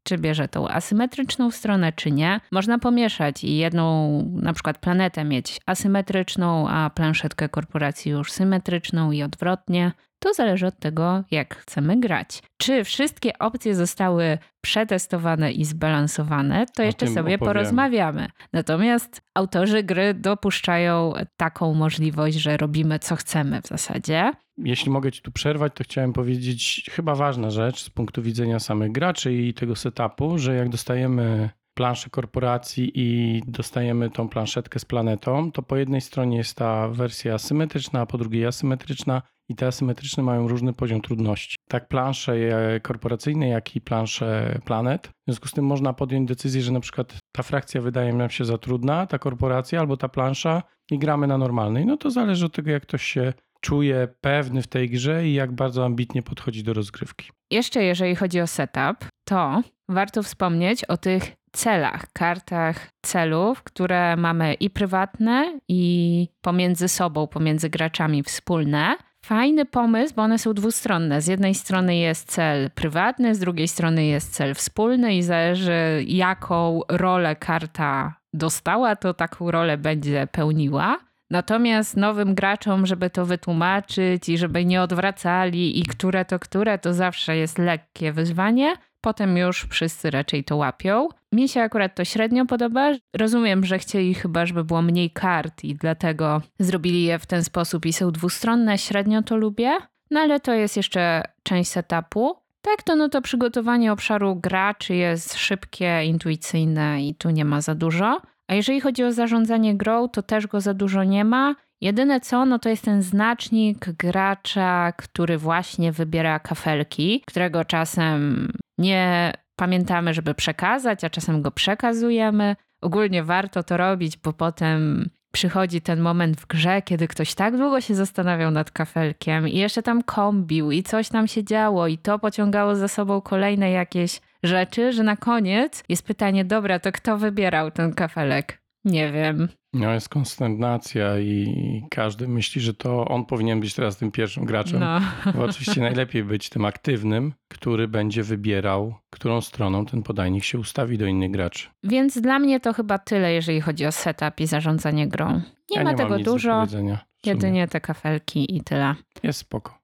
[SPEAKER 2] czy bierze tą asymetryczną stronę, czy nie. Można pomieszać i jedną na przykład planetę mieć asymetryczną, a planszetkę korporacji już symetryczną i odwrotnie. To zależy od tego, jak chcemy grać. Czy wszystkie opcje zostały przetestowane i zbalansowane, to jeszcze sobie porozmawiamy. Natomiast autorzy gry dopuszczają taką możliwość, że robimy co chcemy w zasadzie.
[SPEAKER 1] Jeśli mogę ci tu przerwać, to chciałem powiedzieć chyba ważna rzecz z punktu widzenia samych graczy i tego setupu, że jak dostajemy planszę korporacji i dostajemy tą planszetkę z planetą, to po jednej stronie jest ta wersja asymetryczna, a po drugiej asymetryczna i te asymetryczne mają różny poziom trudności. Tak plansze korporacyjne, jak i plansze planet. W związku z tym można podjąć decyzję, że na przykład ta frakcja wydaje nam się za trudna, ta korporacja albo ta plansza i gramy na normalnej. No to zależy od tego, jak ktoś się czuje pewny w tej grze i jak bardzo ambitnie podchodzi do rozgrywki.
[SPEAKER 2] Jeszcze jeżeli chodzi o setup, to warto wspomnieć o tych celach, kartach celów, które mamy i prywatne, i pomiędzy sobą, pomiędzy graczami wspólne. Fajny pomysł, bo one są dwustronne. Z jednej strony jest cel prywatny, z drugiej strony jest cel wspólny i zależy, jaką rolę karta dostała, to taką rolę będzie pełniła. Natomiast nowym graczom, żeby to wytłumaczyć i żeby nie odwracali i które, to zawsze jest lekkie wyzwanie. Potem już wszyscy raczej to łapią. Mi się akurat to średnio podoba. Rozumiem, że chcieli chyba, żeby było mniej kart i dlatego zrobili je w ten sposób i są dwustronne. Średnio to lubię, no ale to jest jeszcze część setupu. Tak to przygotowanie obszaru graczy jest szybkie, intuicyjne i tu nie ma za dużo. A jeżeli chodzi o zarządzanie grą, to też go za dużo nie ma. Jedyne co, to jest ten znacznik gracza, który właśnie wybiera kafelki, którego czasem nie pamiętamy, żeby przekazać, a czasem go przekazujemy. Ogólnie warto to robić, bo potem przychodzi ten moment w grze, kiedy ktoś tak długo się zastanawiał nad kafelkiem i jeszcze tam kombił i coś tam się działo i to pociągało za sobą kolejne jakieś rzeczy, że na koniec jest pytanie, dobra, to kto wybierał ten kafelek? Nie wiem.
[SPEAKER 1] No jest konsternacja i każdy myśli, że to on powinien być teraz tym pierwszym graczem.
[SPEAKER 2] No.
[SPEAKER 1] Bo oczywiście najlepiej być tym aktywnym, który będzie wybierał, którą stroną ten podajnik się ustawi do innych graczy.
[SPEAKER 2] Więc dla mnie to chyba tyle, jeżeli chodzi o setup i zarządzanie grą. Nie ma tego dużo, jedynie te kafelki i tyle.
[SPEAKER 1] Jest spoko.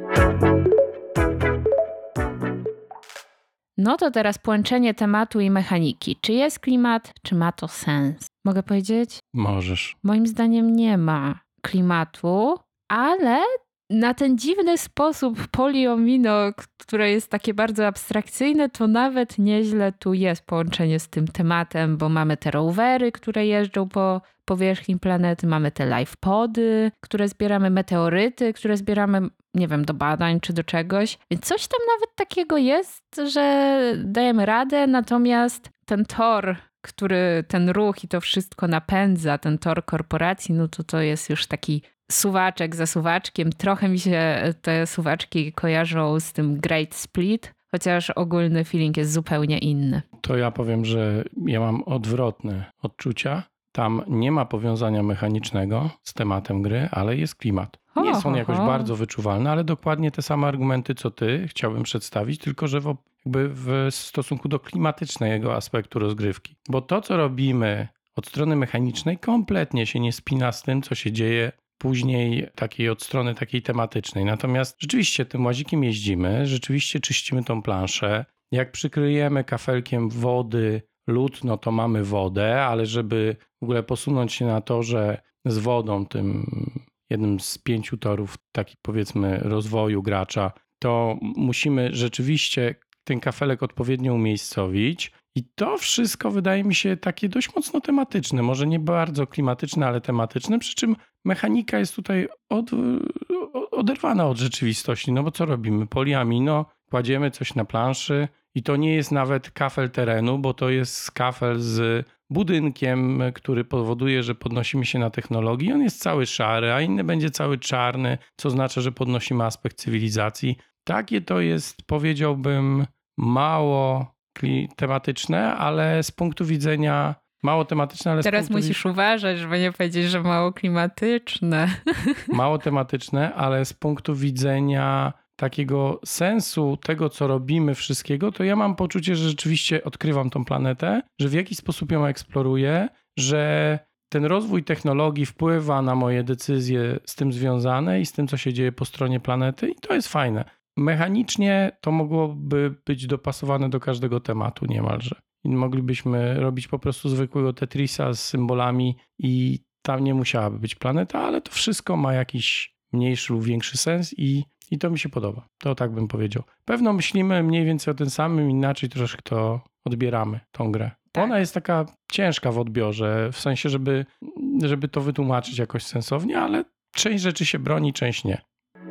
[SPEAKER 2] No to teraz połączenie tematu i mechaniki. Czy jest klimat, czy ma to sens? Mogę powiedzieć?
[SPEAKER 1] Możesz.
[SPEAKER 2] Moim zdaniem nie ma klimatu, ale na ten dziwny sposób poliomino, które jest takie bardzo abstrakcyjne, to nawet nieźle tu jest połączenie z tym tematem, bo mamy te rowery, które jeżdżą po powierzchni planety, mamy te livepody, które zbieramy, meteoryty, które zbieramy, nie wiem, do badań czy do czegoś. Więc coś tam nawet takiego jest, że dajemy radę, natomiast ten tor, który ten ruch i to wszystko napędza, ten tor korporacji, to jest już taki suwaczek za suwaczkiem. Trochę mi się te suwaczki kojarzą z tym Great Split, chociaż ogólny feeling jest zupełnie inny.
[SPEAKER 1] To ja powiem, że ja mam odwrotne odczucia. Tam nie ma powiązania mechanicznego z tematem gry, ale jest klimat. Nie jest on jakoś bardzo wyczuwalny, ale dokładnie te same argumenty, co ty chciałbym przedstawić, tylko że w stosunku do klimatycznego aspektu rozgrywki. Bo to, co robimy od strony mechanicznej, kompletnie się nie spina z tym, co się dzieje później od strony takiej tematycznej. Natomiast rzeczywiście tym łazikiem jeździmy, rzeczywiście czyścimy tą planszę. Jak przykryjemy kafelkiem wody lód, to mamy wodę, ale żeby w ogóle posunąć się na torze z wodą, tym jednym z 5 torów, taki powiedzmy rozwoju gracza, to musimy rzeczywiście ten kafelek odpowiednio umiejscowić i to wszystko wydaje mi się takie dość mocno tematyczne, może nie bardzo klimatyczne, ale tematyczne, przy czym mechanika jest tutaj oderwana od rzeczywistości, bo co robimy? Poliamino, kładziemy coś na planszy i to nie jest nawet kafel terenu, bo to jest kafel z budynkiem, który powoduje, że podnosimy się na technologii. On jest cały szary, a inny będzie cały czarny, co oznacza, że podnosimy aspekt cywilizacji. Takie to jest, powiedziałbym, mało tematyczne, ale z punktu widzenia mało tematyczne, ale
[SPEAKER 2] teraz musisz uważać, żeby nie powiedzieć, że mało klimatyczne.
[SPEAKER 1] Mało tematyczne, ale z punktu widzenia takiego sensu tego, co robimy, wszystkiego, to ja mam poczucie, że rzeczywiście odkrywam tą planetę, że w jakiś sposób ją eksploruję, że ten rozwój technologii wpływa na moje decyzje z tym związane i z tym, co się dzieje po stronie planety i to jest fajne. Mechanicznie to mogłoby być dopasowane do każdego tematu niemalże. I moglibyśmy robić po prostu zwykłego Tetrisa z symbolami i tam nie musiałaby być planeta, ale to wszystko ma jakiś mniejszy lub większy sens i to mi się podoba. To tak bym powiedział. Pewno myślimy mniej więcej o tym samym, inaczej troszkę to odbieramy, tą grę. Tak. Ona jest taka ciężka w odbiorze, w sensie, żeby to wytłumaczyć jakoś sensownie, ale część rzeczy się broni, część nie.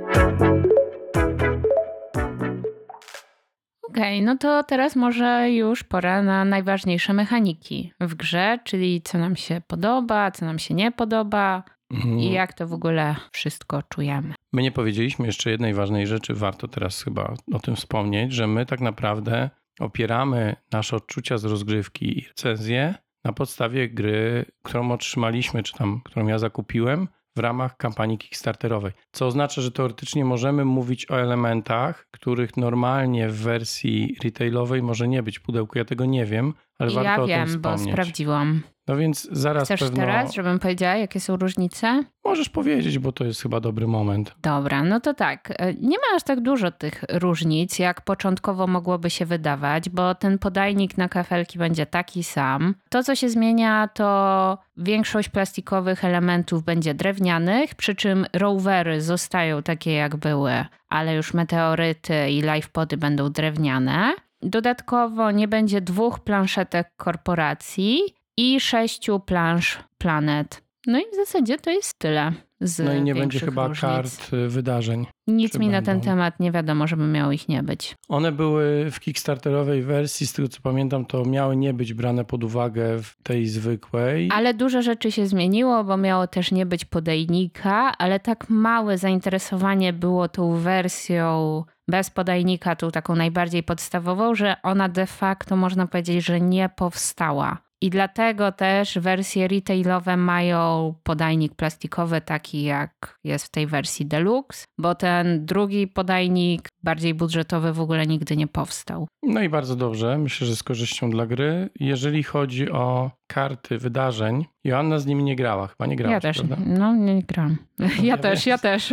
[SPEAKER 2] Okej, no to teraz może już pora na najważniejsze mechaniki w grze, czyli co nam się podoba, co nam się nie podoba i jak to w ogóle wszystko czujemy.
[SPEAKER 1] My nie powiedzieliśmy jeszcze jednej ważnej rzeczy, warto teraz chyba o tym wspomnieć, że my tak naprawdę opieramy nasze odczucia z rozgrywki i recenzje na podstawie gry, którą otrzymaliśmy, czy tam, którą ja zakupiłem w ramach kampanii Kickstarterowej. Co oznacza, że teoretycznie możemy mówić o elementach, których normalnie w wersji retailowej może nie być w pudełku. Ja tego nie wiem, ale warto o tym wspomnieć.
[SPEAKER 2] Ja wiem, bo sprawdziłam.
[SPEAKER 1] No więc zaraz
[SPEAKER 2] Chcesz teraz, żebym powiedziała, jakie są różnice?
[SPEAKER 1] Możesz powiedzieć, bo to jest chyba dobry moment.
[SPEAKER 2] Dobra, no to tak. Nie ma aż tak dużo tych różnic, jak początkowo mogłoby się wydawać, bo ten podajnik na kafelki będzie taki sam. To, co się zmienia, to większość plastikowych elementów będzie drewnianych, przy czym rowery zostają takie, jak były, ale już meteoryty i lifepody będą drewniane. Dodatkowo nie będzie 2 planszetek korporacji i 6 plansz planet. No i w zasadzie to jest tyle z
[SPEAKER 1] No i nie będzie chyba
[SPEAKER 2] różnic.
[SPEAKER 1] Kart wydarzeń.
[SPEAKER 2] Nic mi na ten temat nie wiadomo, żeby miało ich nie być.
[SPEAKER 1] One były w kickstarterowej wersji, z tego co pamiętam, to miały nie być brane pod uwagę w tej zwykłej.
[SPEAKER 2] Ale dużo rzeczy się zmieniło, bo miało też nie być podajnika, ale tak małe zainteresowanie było tą wersją bez podajnika, tą taką najbardziej podstawową, że ona de facto można powiedzieć, że nie powstała. I dlatego też wersje retailowe mają podajnik plastikowy taki jak jest w tej wersji deluxe, bo ten drugi podajnik bardziej budżetowy w ogóle nigdy nie powstał.
[SPEAKER 1] No i bardzo dobrze, myślę, że z korzyścią dla gry. Jeżeli chodzi o karty wydarzeń, Joanna z nimi nie grała, chyba nie grałaś,
[SPEAKER 2] ja też,
[SPEAKER 1] prawda?
[SPEAKER 2] No nie grałam. Ja też.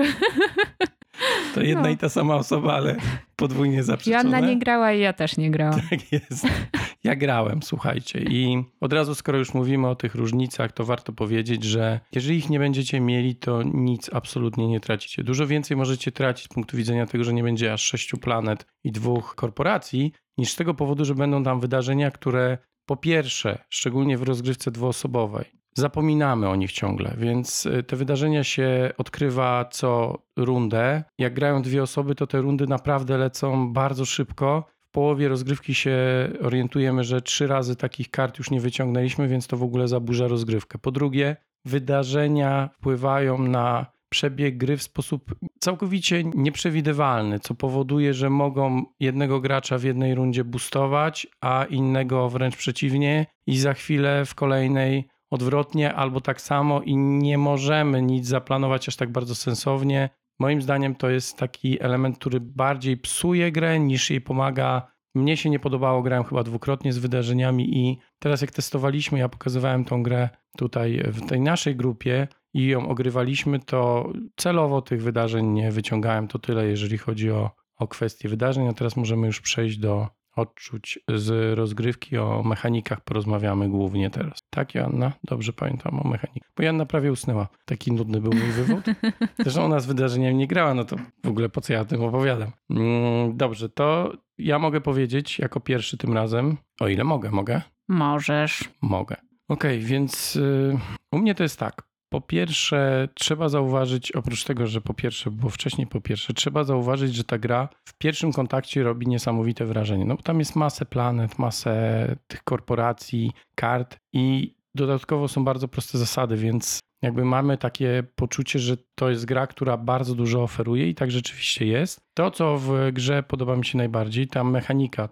[SPEAKER 1] To jedna i ta sama osoba, ale podwójnie zaprzeczone.
[SPEAKER 2] Joanna nie grała i ja też nie grałam.
[SPEAKER 1] Tak jest. Ja grałem, słuchajcie. I od razu, skoro już mówimy o tych różnicach, to warto powiedzieć, że jeżeli ich nie będziecie mieli, to nic absolutnie nie tracicie. Dużo więcej możecie tracić z punktu widzenia tego, że nie będzie aż 6 planet i 2 korporacji, niż z tego powodu, że będą tam wydarzenia, które po pierwsze, szczególnie w rozgrywce dwuosobowej, zapominamy o nich ciągle, więc te wydarzenia się odkrywa co rundę. Jak grają 2 osoby, to te rundy naprawdę lecą bardzo szybko. W połowie rozgrywki się orientujemy, że 3 razy takich kart już nie wyciągnęliśmy, więc to w ogóle zaburza rozgrywkę. Po drugie, wydarzenia wpływają na przebieg gry w sposób całkowicie nieprzewidywalny, co powoduje, że mogą jednego gracza w jednej rundzie boostować, a innego wręcz przeciwnie i za chwilę w kolejnej odwrotnie albo tak samo i nie możemy nic zaplanować aż tak bardzo sensownie. Moim zdaniem to jest taki element, który bardziej psuje grę niż jej pomaga. Mnie się nie podobało, grałem chyba 2-krotnie z wydarzeniami i teraz jak testowaliśmy, ja pokazywałem tą grę tutaj w tej naszej grupie i ją ogrywaliśmy, to celowo tych wydarzeń nie wyciągałem. To tyle, jeżeli chodzi o kwestie wydarzeń, a teraz możemy już przejść do odczuć z rozgrywki. O mechanikach porozmawiamy głównie teraz. Tak, Joanna? Dobrze pamiętam o mechanikach. Bo Joanna prawie usnęła. Taki nudny był mój wywód. Zresztą ona z wydarzeniem nie grała, no to w ogóle po co ja o tym opowiadam. Dobrze, to ja mogę powiedzieć jako pierwszy tym razem, o ile mogę?
[SPEAKER 2] Możesz.
[SPEAKER 1] Mogę. Okej, więc u mnie to jest tak. Po pierwsze, trzeba zauważyć, oprócz tego, że było wcześniej trzeba zauważyć, że ta gra w pierwszym kontakcie robi niesamowite wrażenie. No bo tam jest masę planet, masę tych korporacji, kart i dodatkowo są bardzo proste zasady, więc jakby mamy takie poczucie, że to jest gra, która bardzo dużo oferuje i tak rzeczywiście jest. To, co w grze podoba mi się najbardziej, ta mechanika,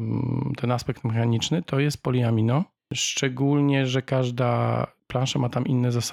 [SPEAKER 1] ten aspekt mechaniczny, to jest poliamino. Szczególnie, że każda plansza ma tam inne zasady.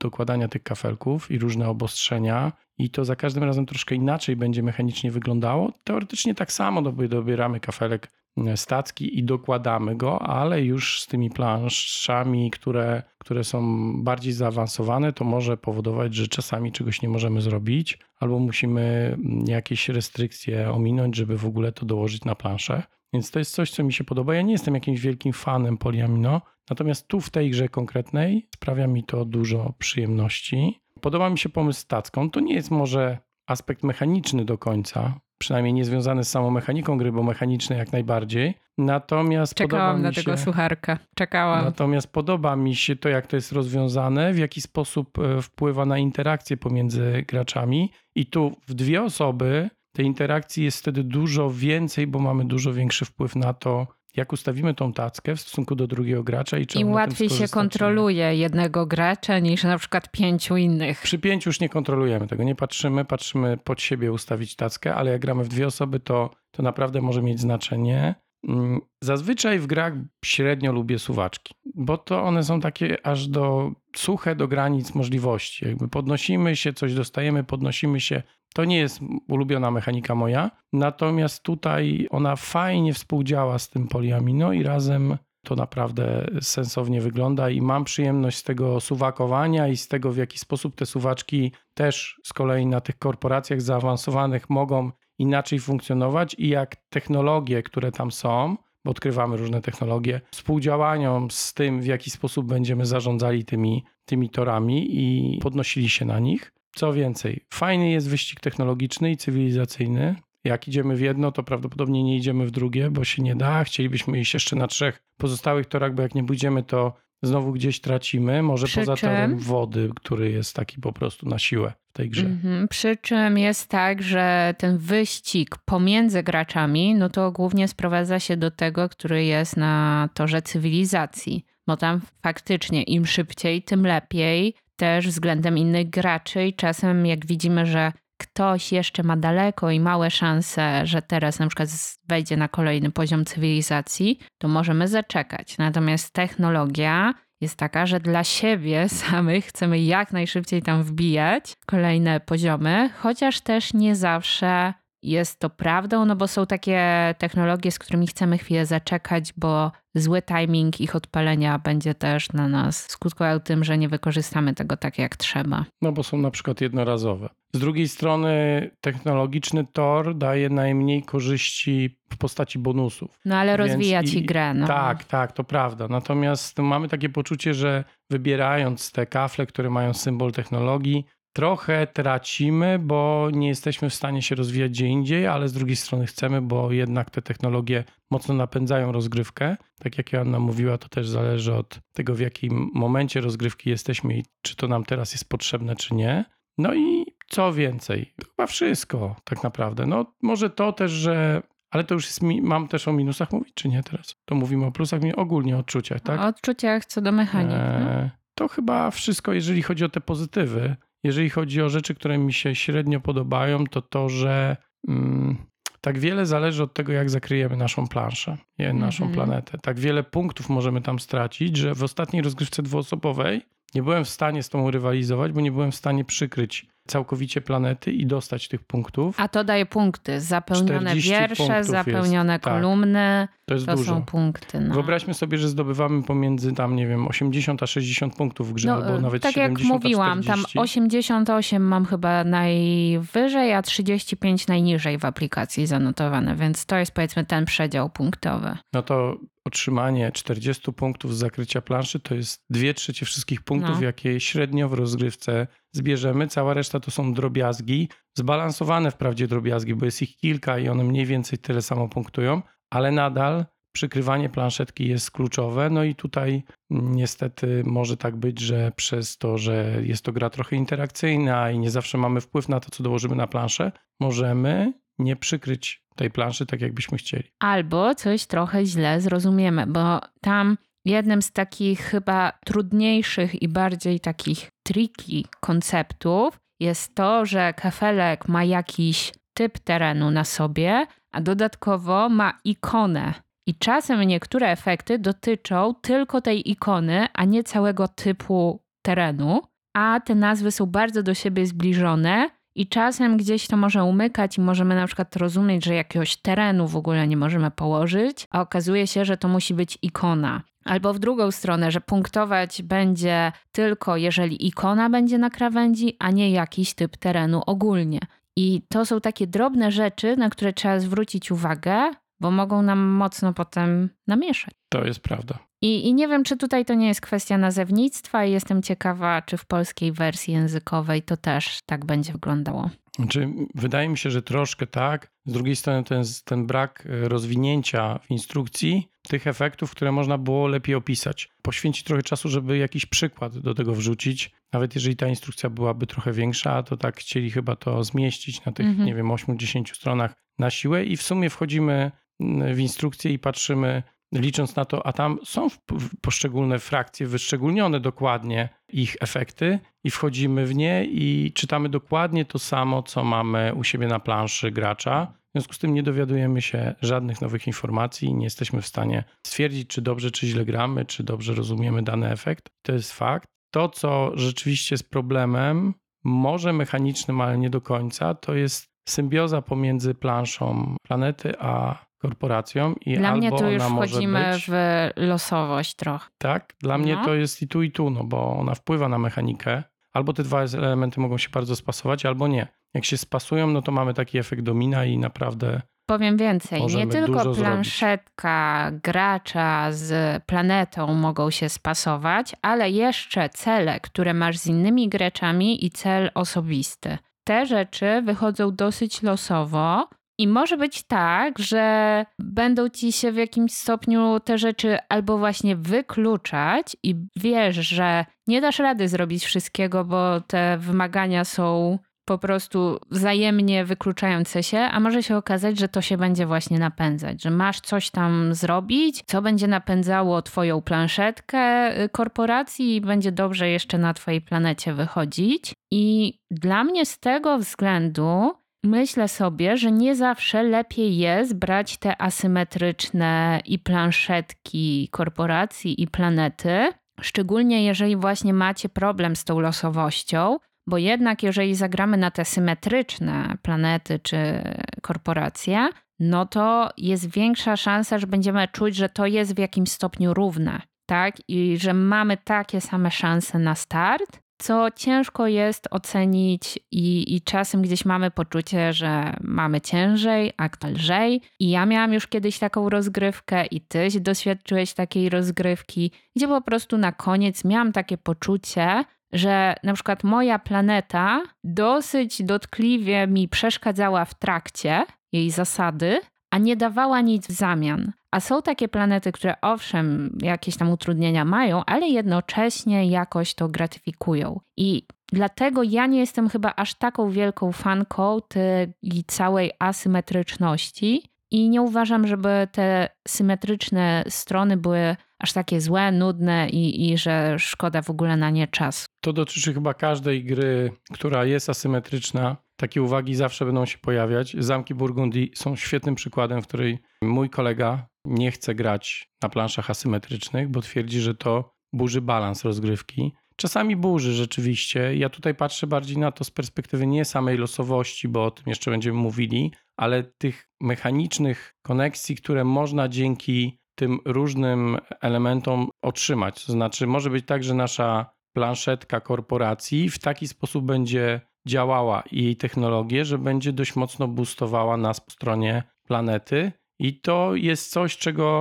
[SPEAKER 1] dokładania tych kafelków i różne obostrzenia i to za każdym razem troszkę inaczej będzie mechanicznie wyglądało. Teoretycznie tak samo dobieramy kafelek stacki i dokładamy go, ale już z tymi planszami, które są bardziej zaawansowane, to może powodować, że czasami czegoś nie możemy zrobić albo musimy jakieś restrykcje ominąć, żeby w ogóle to dołożyć na planszę. Więc to jest coś, co mi się podoba. Ja nie jestem jakimś wielkim fanem Polyamino, natomiast tu w tej grze konkretnej sprawia mi to dużo przyjemności. Podoba mi się pomysł z tacką. To nie jest może aspekt mechaniczny do końca, przynajmniej nie związany z samą mechaniką gry, bo mechaniczny jak najbardziej. Natomiast
[SPEAKER 2] Czekałam na tego sucharka.
[SPEAKER 1] Natomiast podoba mi się to, jak to jest rozwiązane, w jaki sposób wpływa na interakcję pomiędzy graczami. I tu w 2 osoby tej interakcji jest wtedy dużo więcej, bo mamy dużo większy wpływ na to, jak ustawimy tą tackę w stosunku do drugiego gracza i czy on
[SPEAKER 2] łatwiej się kontroluje jednego gracza niż na przykład 5 innych.
[SPEAKER 1] Przy 5 już nie kontrolujemy tego, nie patrzymy pod siebie ustawić tackę, ale jak gramy w 2 osoby, to naprawdę może mieć znaczenie. Zazwyczaj w grach średnio lubię suwaczki, bo to one są takie aż suche do granic możliwości. Jakby podnosimy się, coś dostajemy, podnosimy się. To nie jest ulubiona mechanika moja, natomiast tutaj ona fajnie współdziała z tym Polyamino i razem to naprawdę sensownie wygląda i mam przyjemność z tego suwakowania i z tego, w jaki sposób te suwaczki też z kolei na tych korporacjach zaawansowanych mogą inaczej funkcjonować i jak technologie, które tam są, bo odkrywamy różne technologie, współdziałają z tym, w jaki sposób będziemy zarządzali tymi torami i podnosili się na nich. Co więcej, fajny jest wyścig technologiczny i cywilizacyjny. Jak idziemy w jedno, to prawdopodobnie nie idziemy w drugie, bo się nie da. Chcielibyśmy iść jeszcze na 3 pozostałych torach, bo jak nie pójdziemy, to znowu gdzieś tracimy. Może poza torem wody, który jest taki po prostu na siłę w tej grze.
[SPEAKER 2] Przy czym jest tak, że ten wyścig pomiędzy graczami, no to głównie sprowadza się do tego, który jest na torze cywilizacji. Bo tam faktycznie im szybciej, tym lepiej. Też względem innych graczy i czasem jak widzimy, że ktoś jeszcze ma daleko i małe szanse, że teraz na przykład wejdzie na kolejny poziom cywilizacji, to możemy zaczekać. Natomiast technologia jest taka, że dla siebie samych chcemy jak najszybciej tam wbijać kolejne poziomy, chociaż też nie zawsze jest to prawdą, no bo są takie technologie, z którymi chcemy chwilę zaczekać, bo zły timing ich odpalenia będzie też na nas skutkował tym, że nie wykorzystamy tego tak jak trzeba.
[SPEAKER 1] No bo są na przykład jednorazowe. Z drugiej strony technologiczny tor daje najmniej korzyści w postaci bonusów.
[SPEAKER 2] No ale rozwija ci grę. No.
[SPEAKER 1] Tak, to prawda. Natomiast mamy takie poczucie, że wybierając te kafle, które mają symbol technologii, trochę tracimy, bo nie jesteśmy w stanie się rozwijać gdzie indziej, ale z drugiej strony chcemy, bo jednak te technologie mocno napędzają rozgrywkę. Tak jak Joanna mówiła, to też zależy od tego, w jakim momencie rozgrywki jesteśmy i czy to nam teraz jest potrzebne, czy nie. No i co więcej, to chyba wszystko tak naprawdę. No może to też, że... Ale to już jest, mam też o minusach mówić, czy nie teraz? To mówimy o plusach, ogólnie o odczuciach, tak?
[SPEAKER 2] O odczuciach co do mechanik.
[SPEAKER 1] To chyba wszystko, jeżeli chodzi o te pozytywy. Jeżeli chodzi o rzeczy, które mi się średnio podobają, to że tak wiele zależy od tego, jak zakryjemy naszą planszę, naszą planetę. Tak wiele punktów możemy tam stracić, że w ostatniej rozgrywce 2-osobowej nie byłem w stanie z tą rywalizować, bo nie byłem w stanie przykryć całkowicie planety i dostać tych punktów.
[SPEAKER 2] A to daje punkty. Zapełnione wiersze, zapełnione kolumny.
[SPEAKER 1] Tak. To jest dużo.
[SPEAKER 2] Są punkty. No.
[SPEAKER 1] Wyobraźmy sobie, że zdobywamy pomiędzy tam, 80 a 60 punktów w grze, albo nawet
[SPEAKER 2] tak
[SPEAKER 1] 70
[SPEAKER 2] jak mówiłam, tam 88 mam chyba najwyżej, a 35 najniżej w aplikacji zanotowane, więc to jest powiedzmy ten przedział punktowy.
[SPEAKER 1] No to otrzymanie 40 punktów z zakrycia planszy to jest 2/3 wszystkich punktów, jakie średnio w rozgrywce zbierzemy. Cała reszta to są drobiazgi, zbalansowane wprawdzie drobiazgi, bo jest ich kilka i one mniej więcej tyle samo punktują, ale nadal przykrywanie planszetki jest kluczowe. No i tutaj niestety może tak być, że przez to, że jest to gra trochę interakcyjna i nie zawsze mamy wpływ na to, co dołożymy na planszę, możemy nie przykryć tej planszy tak, jakbyśmy chcieli.
[SPEAKER 2] Albo coś trochę źle zrozumiemy, bo tam jednym z takich chyba trudniejszych i bardziej takich tricky konceptów jest to, że kafelek ma jakiś typ terenu na sobie, a dodatkowo ma ikonę. I czasem niektóre efekty dotyczą tylko tej ikony, a nie całego typu terenu. a te nazwy są bardzo do siebie zbliżone i czasem gdzieś to może umykać i możemy na przykład rozumieć, że jakiegoś terenu w ogóle nie możemy położyć, a okazuje się, że to musi być ikona. Albo w drugą stronę, że punktować będzie tylko jeżeli ikona będzie na krawędzi, a nie jakiś typ terenu ogólnie. I to są takie drobne rzeczy, na które trzeba zwrócić uwagę, bo mogą nam mocno potem namieszać.
[SPEAKER 1] To jest prawda.
[SPEAKER 2] I nie wiem, czy tutaj to nie jest kwestia nazewnictwa i jestem ciekawa, czy w polskiej wersji językowej to też tak będzie wyglądało.
[SPEAKER 1] Znaczy, wydaje mi się, że troszkę tak. Z drugiej strony to jest ten brak rozwinięcia w instrukcji tych efektów, które można było lepiej opisać. Poświęcić trochę czasu, żeby jakiś przykład do tego wrzucić. Nawet jeżeli ta instrukcja byłaby trochę większa, to tak chcieli chyba to zmieścić na tych, 8-10 stronach na siłę i w sumie wchodzimy w instrukcję i patrzymy, licząc na to, a tam są poszczególne frakcje wyszczególnione dokładnie ich efekty i wchodzimy w nie i czytamy dokładnie to samo, co mamy u siebie na planszy gracza. W związku z tym nie dowiadujemy się żadnych nowych informacji, nie jesteśmy w stanie stwierdzić, czy dobrze, czy źle gramy, czy dobrze rozumiemy dany efekt. To jest fakt. To, co rzeczywiście jest problemem, może mechanicznym, ale nie do końca, to jest symbioza pomiędzy planszą planety a korporacją i
[SPEAKER 2] dla
[SPEAKER 1] albo
[SPEAKER 2] mnie tu już
[SPEAKER 1] ona
[SPEAKER 2] wchodzimy
[SPEAKER 1] może być,
[SPEAKER 2] w losowość trochę.
[SPEAKER 1] Tak, dla mnie to jest i tu, no bo ona wpływa na mechanikę. Albo te dwa elementy mogą się bardzo spasować, albo nie. Jak się spasują, no to mamy taki efekt domina i naprawdę
[SPEAKER 2] powiem więcej, nie tylko planszetka
[SPEAKER 1] zrobić.
[SPEAKER 2] Gracza z planetą mogą się spasować, ale jeszcze cele, które masz z innymi graczami i cel osobisty. Te rzeczy wychodzą dosyć losowo i może być tak, że będą ci się w jakimś stopniu te rzeczy albo właśnie wykluczać i wiesz, że nie dasz rady zrobić wszystkiego, bo te wymagania są po prostu wzajemnie wykluczające się, a może się okazać, że to się będzie właśnie napędzać, że masz coś tam zrobić, co będzie napędzało twoją planszetkę korporacji i będzie dobrze jeszcze na twojej planecie wychodzić. I dla mnie z tego względu myślę sobie, że nie zawsze lepiej jest brać te asymetryczne i planszetki korporacji i planety, szczególnie jeżeli właśnie macie problem z tą losowością, bo jednak jeżeli zagramy na te symetryczne planety czy korporacje, no to jest większa szansa, że będziemy czuć, że to jest w jakimś stopniu równe, tak? I że mamy takie same szanse na start, co ciężko jest ocenić i czasem gdzieś mamy poczucie, że mamy ciężej, a kto lżej. I ja miałam już kiedyś taką rozgrywkę i ty doświadczyłeś takiej rozgrywki, gdzie po prostu na koniec miałam takie poczucie, że na przykład moja planeta dosyć dotkliwie mi przeszkadzała w trakcie jej zasady, a nie dawała nic w zamian. A są takie planety, które owszem, jakieś tam utrudnienia mają, ale jednocześnie jakoś to gratyfikują. I dlatego ja nie jestem chyba aż taką wielką fanką tej całej asymetryczności i nie uważam, żeby te symetryczne strony były aż takie złe, nudne i że szkoda w ogóle na nie czasu.
[SPEAKER 1] To dotyczy chyba każdej gry, która jest asymetryczna. Takie uwagi zawsze będą się pojawiać. Zamki Burgundii są świetnym przykładem, w której mój kolega nie chce grać na planszach asymetrycznych, bo twierdzi, że to burzy balans rozgrywki. Czasami burzy rzeczywiście. Ja tutaj patrzę bardziej na to z perspektywy nie samej losowości, bo o tym jeszcze będziemy mówili, ale tych mechanicznych koneksji, które można dzięki tym różnym elementom otrzymać. To znaczy może być tak, że nasza planszetka korporacji w taki sposób będzie działała i jej technologie, że będzie dość mocno boostowała nas po stronie planety i to jest coś,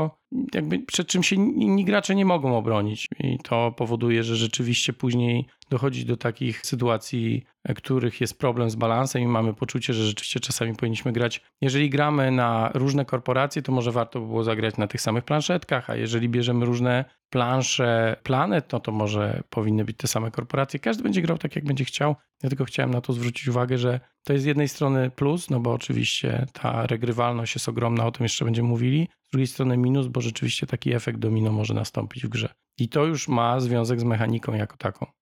[SPEAKER 1] przed czym się inni gracze nie mogą obronić i to powoduje, że rzeczywiście później dochodzi do takich sytuacji, w których jest problem z balansem i mamy poczucie, że rzeczywiście czasami powinniśmy grać. Jeżeli gramy na różne korporacje, to może warto by było zagrać na tych samych planszetkach, a jeżeli bierzemy różne plansze planet, no to może powinny być te same korporacje. Każdy będzie grał tak, jak będzie chciał. Ja tylko chciałem na to zwrócić uwagę, że to jest z jednej strony plus, no bo oczywiście ta regrywalność jest ogromna, o tym jeszcze będziemy mówili. Z drugiej strony minus, bo rzeczywiście taki efekt domino może nastąpić w grze. I to już ma związek z mechaniką jako taką.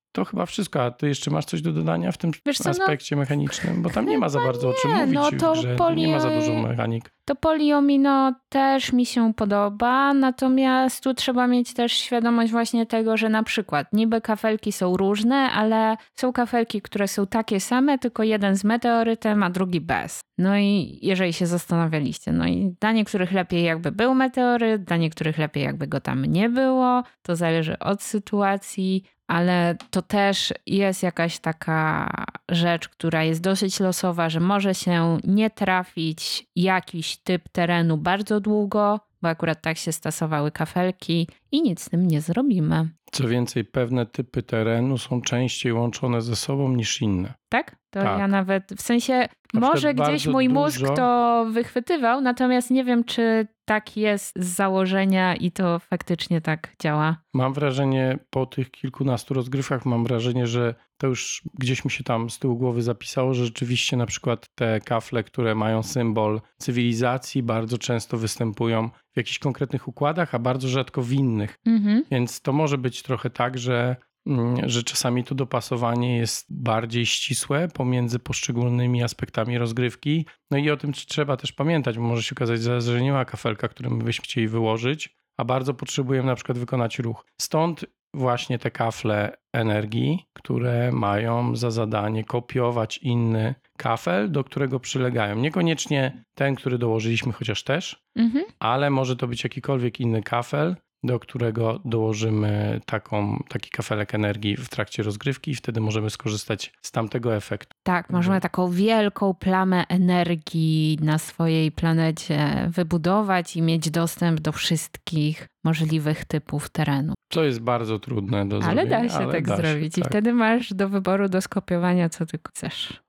[SPEAKER 1] to chyba wszystko. A ty jeszcze masz coś do dodania w tym aspekcie mechanicznym? Bo tam nie ma za bardzo o czym mówić w grze. Nie ma za dużo mechanik.
[SPEAKER 2] To Polyomino też mi się podoba, natomiast tu trzeba mieć też świadomość właśnie tego, że na przykład niby kafelki są różne, ale są kafelki, które są takie same, tylko jeden z meteorytem, a drugi bez. No i jeżeli się zastanawialiście, no i dla niektórych lepiej jakby był meteoryt, dla niektórych lepiej jakby go tam nie było, to zależy od sytuacji, ale to też jest jakaś taka rzecz, która jest dosyć losowa, że może się nie trafić jakiś typ terenu bardzo długo, bo akurat tak się stosowały kafelki i nic z tym nie zrobimy.
[SPEAKER 1] Co więcej, pewne typy terenu są częściej łączone ze sobą niż inne.
[SPEAKER 2] Tak? To tak. Ja nawet, w sensie, może gdzieś mój mózg to wychwytywał, natomiast nie wiem, czy tak jest z założenia i to faktycznie tak działa.
[SPEAKER 1] Mam wrażenie, po tych kilkunastu rozgrywkach mam wrażenie, że to już gdzieś mi się tam z tyłu głowy zapisało, że rzeczywiście na przykład te kafle, które mają symbol cywilizacji, bardzo często występują w jakichś konkretnych układach, a bardzo rzadko w innych. Więc to może być trochę tak, że czasami to dopasowanie jest bardziej ścisłe pomiędzy poszczególnymi aspektami rozgrywki. No i o tym trzeba też pamiętać, bo może się okazać, że nie ma kafelka, który my byśmy chcieli wyłożyć, a bardzo potrzebujemy na przykład wykonać ruch. Stąd właśnie te kafle energii, które mają za zadanie kopiować inny kafel, do którego przylegają. Niekoniecznie ten, który dołożyliśmy, chociaż też, ale może to być jakikolwiek inny kafel, do którego dołożymy taki kafelek energii w trakcie rozgrywki i wtedy możemy skorzystać z tamtego efektu.
[SPEAKER 2] Tak, możemy taką wielką plamę energii na swojej planecie wybudować i mieć dostęp do wszystkich możliwych typów terenu.
[SPEAKER 1] Co jest bardzo trudne do zrobienia.
[SPEAKER 2] Ale da się tak zrobić i wtedy masz do wyboru, do skopiowania, co tylko chcesz.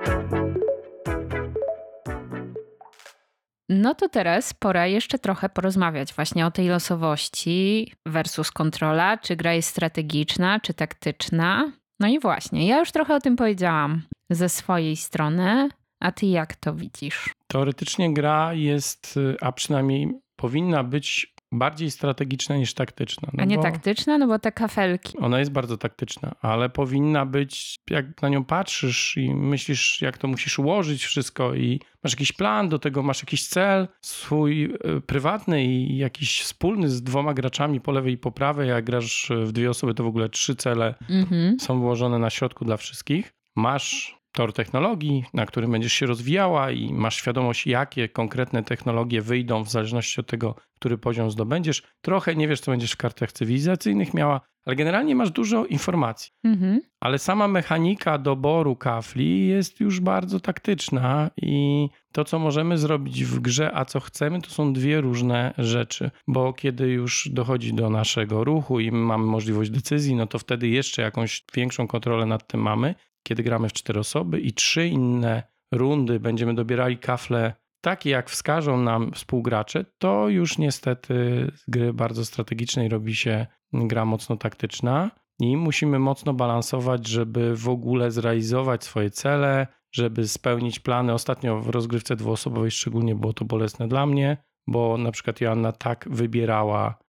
[SPEAKER 2] No to teraz pora jeszcze trochę porozmawiać właśnie o tej losowości versus kontrola. Czy gra jest strategiczna, czy taktyczna? No i właśnie, ja już trochę o tym powiedziałam ze swojej strony, a ty jak to widzisz?
[SPEAKER 1] Teoretycznie gra jest, a przynajmniej powinna być bardziej strategiczna niż taktyczna.
[SPEAKER 2] A nie taktyczna? No bo te kafelki.
[SPEAKER 1] Ona jest bardzo taktyczna, ale powinna być, jak na nią patrzysz i myślisz, jak to musisz ułożyć wszystko i masz jakiś plan do tego, masz jakiś cel swój prywatny i jakiś wspólny z dwoma graczami po lewej i po prawej. Jak grasz w dwie osoby, to w ogóle 3 cele są wyłożone na środku dla wszystkich. Masz tor technologii, na którym będziesz się rozwijała i masz świadomość, jakie konkretne technologie wyjdą w zależności od tego, który poziom zdobędziesz. Trochę nie wiesz, co będziesz w kartach cywilizacyjnych miała, ale generalnie masz dużo informacji. Ale sama mechanika doboru kafli jest już bardzo taktyczna i to, co możemy zrobić w grze, a co chcemy, to są dwie różne rzeczy, bo kiedy już dochodzi do naszego ruchu i mamy możliwość decyzji, no to wtedy jeszcze jakąś większą kontrolę nad tym mamy. Kiedy gramy w 4 osoby i 3 inne rundy będziemy dobierali kafle takie, jak wskażą nam współgracze, to już niestety z gry bardzo strategicznej robi się gra mocno taktyczna i musimy mocno balansować, żeby w ogóle zrealizować swoje cele, żeby spełnić plany. Ostatnio w rozgrywce dwuosobowej szczególnie było to bolesne dla mnie, bo na przykład Joanna tak wybierała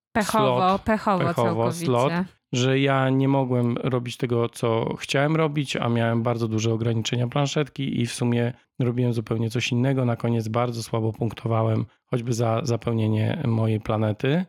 [SPEAKER 1] pechowo slot, że ja nie mogłem robić tego, co chciałem robić, a miałem bardzo duże ograniczenia planszetki i w sumie robiłem zupełnie coś innego. Na koniec bardzo słabo punktowałem, choćby za zapełnienie mojej planety.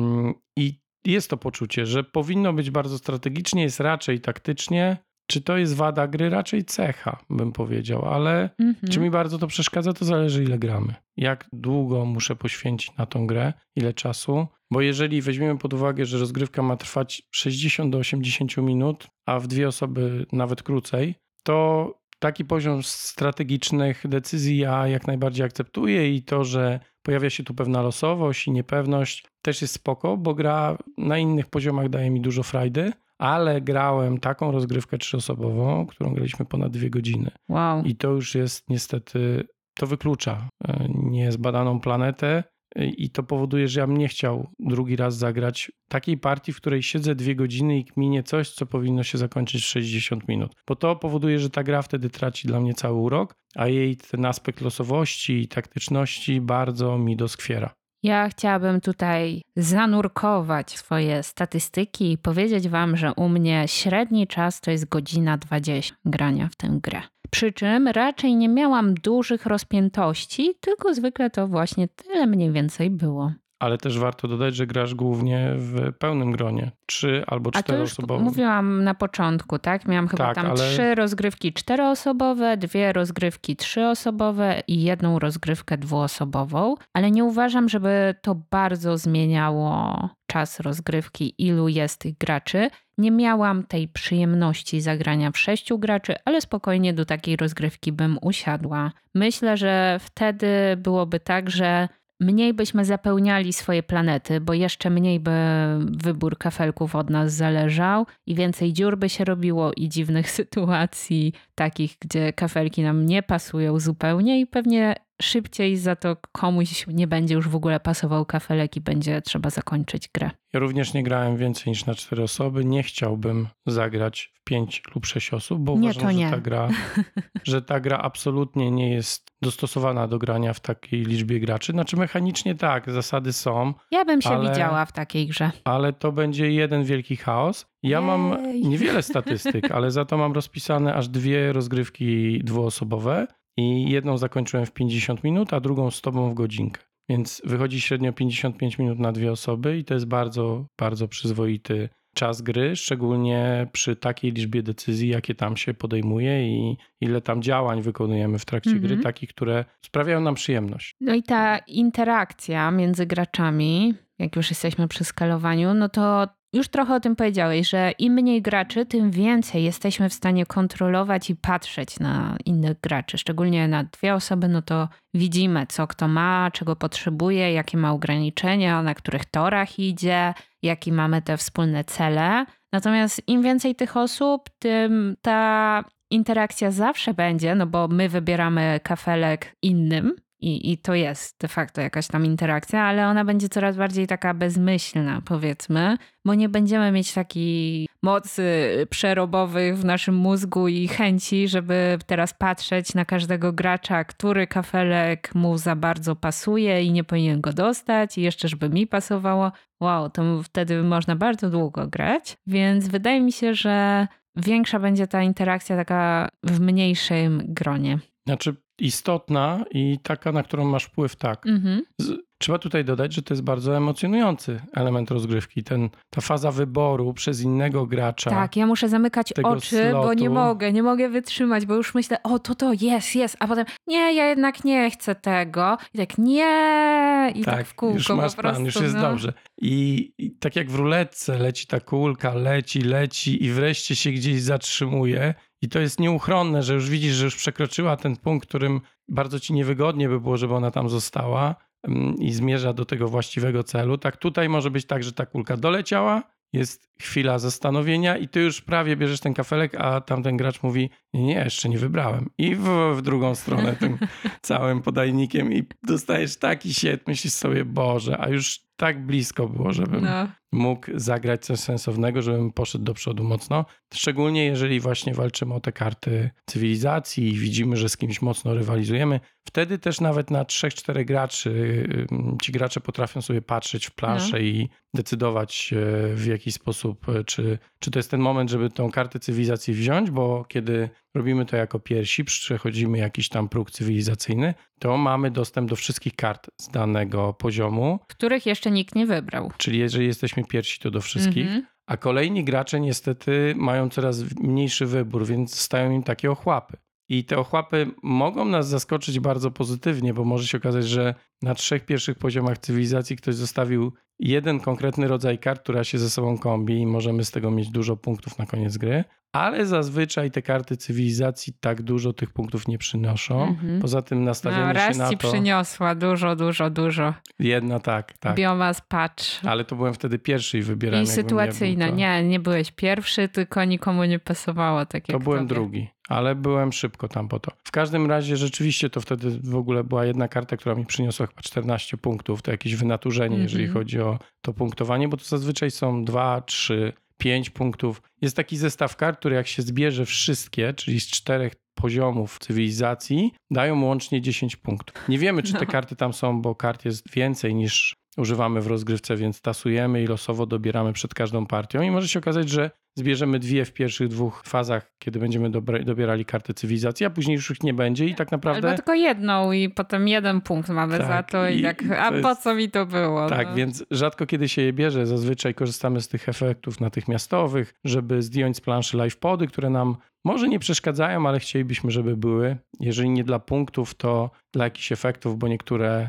[SPEAKER 1] I jest to poczucie, że powinno być bardzo strategicznie, jest raczej taktycznie. Czy to jest wada gry? Raczej cecha, bym powiedział, ale czy mi bardzo to przeszkadza, to zależy, ile gramy. Jak długo muszę poświęcić na tą grę, ile czasu, bo jeżeli weźmiemy pod uwagę, że rozgrywka ma trwać 60 do 80 minut, a w 2 osoby nawet krócej, to taki poziom strategicznych decyzji ja jak najbardziej akceptuję i to, że pojawia się tu pewna losowość i niepewność, też jest spoko, bo gra na innych poziomach daje mi dużo frajdy, ale grałem taką rozgrywkę 3-osobową, którą graliśmy ponad 2 godziny.
[SPEAKER 2] Wow.
[SPEAKER 1] I to już jest niestety, to wyklucza niezbadaną planetę i to powoduje, że ja bym nie chciał drugi raz zagrać takiej partii, w której siedzę 2 godziny i kminie coś, co powinno się zakończyć w 60 minut. Bo to powoduje, że ta gra wtedy traci dla mnie cały urok, a jej ten aspekt losowości i taktyczności bardzo mi doskwiera.
[SPEAKER 2] Ja chciałabym tutaj zanurkować swoje statystyki i powiedzieć wam, że u mnie średni czas to jest 1:20 grania w tę grę. Przy czym raczej nie miałam dużych rozpiętości, tylko zwykle to właśnie tyle mniej więcej było.
[SPEAKER 1] Ale też warto dodać, że grasz głównie w pełnym gronie, 3 albo 4-osobowe.
[SPEAKER 2] Mówiłam na początku, tak? Miałam chyba tam 3 rozgrywki 4-osobowe, 2 rozgrywki 3-osobowe i 1 rozgrywkę 2-osobową, ale nie uważam, żeby to bardzo zmieniało czas rozgrywki, ilu jest tych graczy. Nie miałam tej przyjemności zagrania w 6 graczy, ale spokojnie do takiej rozgrywki bym usiadła. Myślę, że wtedy byłoby tak, że mniej byśmy zapełniali swoje planety, bo jeszcze mniej by wybór kafelków od nas zależał i więcej dziur by się robiło i dziwnych sytuacji takich, gdzie kafelki nam nie pasują zupełnie i pewnie szybciej za to komuś nie będzie już w ogóle pasował kafelek i będzie trzeba zakończyć grę. Ja
[SPEAKER 1] również nie grałem więcej niż na 4 osoby. Nie chciałbym zagrać w 5 lub 6 osób, bo uważam, że ta gra absolutnie nie jest dostosowana do grania w takiej liczbie graczy. Znaczy mechanicznie tak, zasady są.
[SPEAKER 2] Ja bym się widziała w takiej grze.
[SPEAKER 1] Ale to będzie jeden wielki chaos. Ja mam niewiele statystyk, ale za to mam rozpisane aż 2 rozgrywki 2-osobowe i jedną zakończyłem w 50 minut, a drugą z tobą w godzinkę. Więc wychodzi średnio 55 minut na 2 osoby i to jest bardzo, bardzo przyzwoity czas gry, szczególnie przy takiej liczbie decyzji, jakie tam się podejmuje i ile tam działań wykonujemy w trakcie gry, takich, które sprawiają nam przyjemność.
[SPEAKER 2] No i ta interakcja między graczami, jak już jesteśmy przy skalowaniu, no to już trochę o tym powiedziałeś, że im mniej graczy, tym więcej jesteśmy w stanie kontrolować i patrzeć na innych graczy. Szczególnie na 2 osoby, no to widzimy, co kto ma, czego potrzebuje, jakie ma ograniczenia, na których torach idzie, jakie mamy te wspólne cele. Natomiast im więcej tych osób, tym ta interakcja zawsze będzie, no bo my wybieramy kafelek innym. I to jest de facto jakaś tam interakcja, ale ona będzie coraz bardziej taka bezmyślna, powiedzmy, bo nie będziemy mieć takiej mocy przerobowych w naszym mózgu i chęci, żeby teraz patrzeć na każdego gracza, który kafelek mu za bardzo pasuje i nie powinien go dostać i jeszcze żeby mi pasowało. Wow, to wtedy można bardzo długo grać, więc wydaje mi się, że większa będzie ta interakcja taka w mniejszym gronie.
[SPEAKER 1] Znaczy istotna i taka, na którą masz wpływ, tak. Trzeba tutaj dodać, że to jest bardzo emocjonujący element rozgrywki. Ta faza wyboru przez innego gracza.
[SPEAKER 2] Tak, ja muszę zamykać oczy, slotu. Bo nie mogę wytrzymać, bo już myślę, to jest, a potem nie, ja jednak nie chcę tego. I tak nie, i tak w kółko
[SPEAKER 1] już masz
[SPEAKER 2] po prostu.
[SPEAKER 1] Plan, już jest dobrze. I tak jak w ruletce leci ta kulka, leci i wreszcie się gdzieś zatrzymuje. I to jest nieuchronne, że już widzisz, że już przekroczyła ten punkt, którym bardzo ci niewygodnie by było, żeby ona tam została i zmierza do tego właściwego celu. Tak tutaj może być tak, że ta kulka doleciała, jest chwila zastanowienia i ty już prawie bierzesz ten kafelek, a tamten gracz mówi nie, jeszcze nie wybrałem. I w drugą stronę tym całym podajnikiem i dostajesz taki sied, myślisz sobie, Boże, a już tak blisko było, żebym mógł zagrać coś sensownego, żebym poszedł do przodu mocno. Szczególnie jeżeli właśnie walczymy o te karty cywilizacji i widzimy, że z kimś mocno rywalizujemy. Wtedy też nawet na 3-4 graczy ci gracze potrafią sobie patrzeć w planszę i decydować w jaki sposób, czy to jest ten moment, żeby tą kartę cywilizacji wziąć, bo kiedy robimy to jako pierwsi, przechodzimy jakiś tam próg cywilizacyjny, to mamy dostęp do wszystkich kart z danego poziomu.
[SPEAKER 2] Których jeszcze nikt nie wybrał.
[SPEAKER 1] Czyli jeżeli jesteśmy pierwsi, to do wszystkich. A kolejni gracze niestety mają coraz mniejszy wybór, więc stają im takie ochłapy. I te ochłapy mogą nas zaskoczyć bardzo pozytywnie, bo może się okazać, że na 3 pierwszych poziomach cywilizacji ktoś zostawił jeden konkretny rodzaj kart, która się ze sobą kombi i możemy z tego mieć dużo punktów na koniec gry. Ale zazwyczaj te karty cywilizacji tak dużo tych punktów nie przynoszą. Poza tym nastawienie się na to...
[SPEAKER 2] Raz ci przyniosła dużo.
[SPEAKER 1] Jedna tak.
[SPEAKER 2] Biomass patch.
[SPEAKER 1] Ale to byłem wtedy pierwszy i wybierałem.
[SPEAKER 2] I sytuacyjna. Nie byłeś pierwszy, tylko nikomu nie pasowało tak jak
[SPEAKER 1] to byłem drugi, ale byłem szybko tam po to. W każdym razie rzeczywiście to wtedy w ogóle była jedna karta, która mi przyniosła chyba 14 punktów. To jakieś wynaturzenie, jeżeli chodzi o to punktowanie, bo to zazwyczaj są 2, 3, 5 punktów. Jest taki zestaw kart, który jak się zbierze wszystkie, czyli z 4 poziomów cywilizacji, dają łącznie 10 punktów. Nie wiemy, czy te karty tam są, bo kart jest więcej niż używamy w rozgrywce, więc tasujemy i losowo dobieramy przed każdą partią i może się okazać, że zbierzemy 2 w pierwszych 2 fazach, kiedy będziemy dobierali kartę cywilizacji, a później już ich nie będzie i tak naprawdę...
[SPEAKER 2] Albo tylko jedną i potem 1 punkt mamy za to i tak, po co mi to było?
[SPEAKER 1] Tak, więc rzadko kiedy się je bierze. Zazwyczaj korzystamy z tych efektów natychmiastowych, żeby zdjąć z planszy live pody, które nam może nie przeszkadzają, ale chcielibyśmy, żeby były. Jeżeli nie dla punktów, to dla jakichś efektów, bo niektóre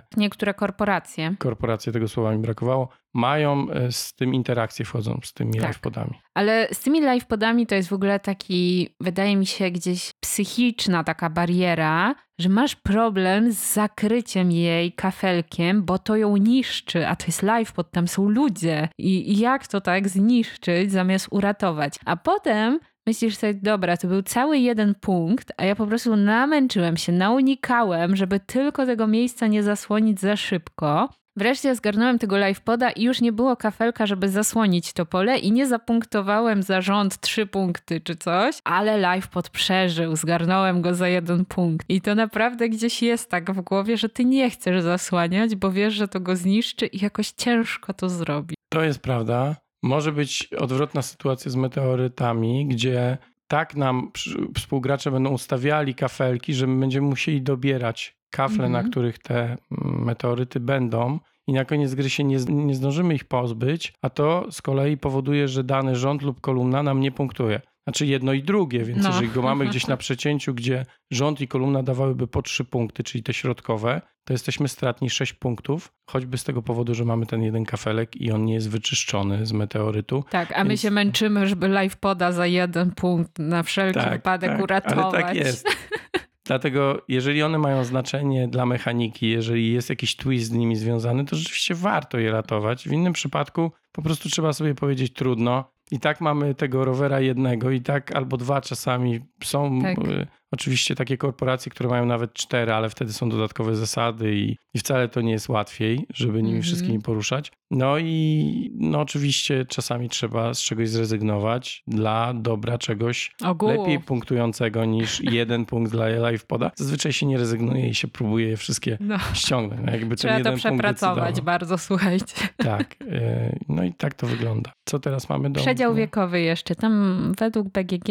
[SPEAKER 1] korporacje, tego słowa mi brakowało, mają z tym interakcje, wchodzą z tymi live podami.
[SPEAKER 2] Ale z tymi live podami to jest w ogóle taki, wydaje mi się, gdzieś psychiczna taka bariera, że masz problem z zakryciem jej kafelkiem, bo to ją niszczy, a to jest live pod, tam są ludzie. I jak to tak zniszczyć zamiast uratować? A potem myślisz sobie, dobra, to był cały 1 punkt, a ja po prostu namęczyłem się, naunikałem, żeby tylko tego miejsca nie zasłonić za szybko. Wreszcie zgarnąłem tego live poda i już nie było kafelka, żeby zasłonić to pole i nie zapunktowałem za rząd 3 punkty czy coś, ale live pod przeżył, zgarnąłem go za 1 punkt. I to naprawdę gdzieś jest tak w głowie, że ty nie chcesz zasłaniać, bo wiesz, że to go zniszczy i jakoś ciężko to zrobi.
[SPEAKER 1] To jest prawda. Może być odwrotna sytuacja z meteorytami, gdzie tak nam współgracze będą ustawiali kafelki, że my będziemy musieli dobierać kafle, na których te meteoryty będą i na koniec gry się nie zdążymy ich pozbyć, a to z kolei powoduje, że dany rząd lub kolumna nam nie punktuje. Znaczy jedno i drugie, więc jeżeli go mamy gdzieś na przecięciu, gdzie rząd i kolumna dawałyby po 3 punkty, czyli te środkowe, to jesteśmy stratni 6 punktów, choćby z tego powodu, że mamy ten 1 kafelek i on nie jest wyczyszczony z meteorytu.
[SPEAKER 2] Tak, a my się męczymy, żeby live poda za 1 punkt na wszelki wypadek uratować.
[SPEAKER 1] Ale tak jest. Dlatego jeżeli one mają znaczenie dla mechaniki, jeżeli jest jakiś twist z nimi związany, to rzeczywiście warto je ratować. W innym przypadku po prostu trzeba sobie powiedzieć trudno. I tak mamy tego rowera jednego i tak albo 2 czasami są oczywiście takie korporacje, które mają nawet 4, ale wtedy są dodatkowe zasady i wcale to nie jest łatwiej, żeby nimi wszystkimi poruszać. No i oczywiście czasami trzeba z czegoś zrezygnować dla dobra czegoś lepiej punktującego niż 1 punkt dla live poda. Zazwyczaj się nie rezygnuje i się próbuje je wszystkie ściągnąć. Jakby
[SPEAKER 2] trzeba to przepracować bardzo, słuchajcie.
[SPEAKER 1] Tak, no i tak to wygląda. Co teraz mamy do...
[SPEAKER 2] Przedział wiekowy jeszcze, tam według BGG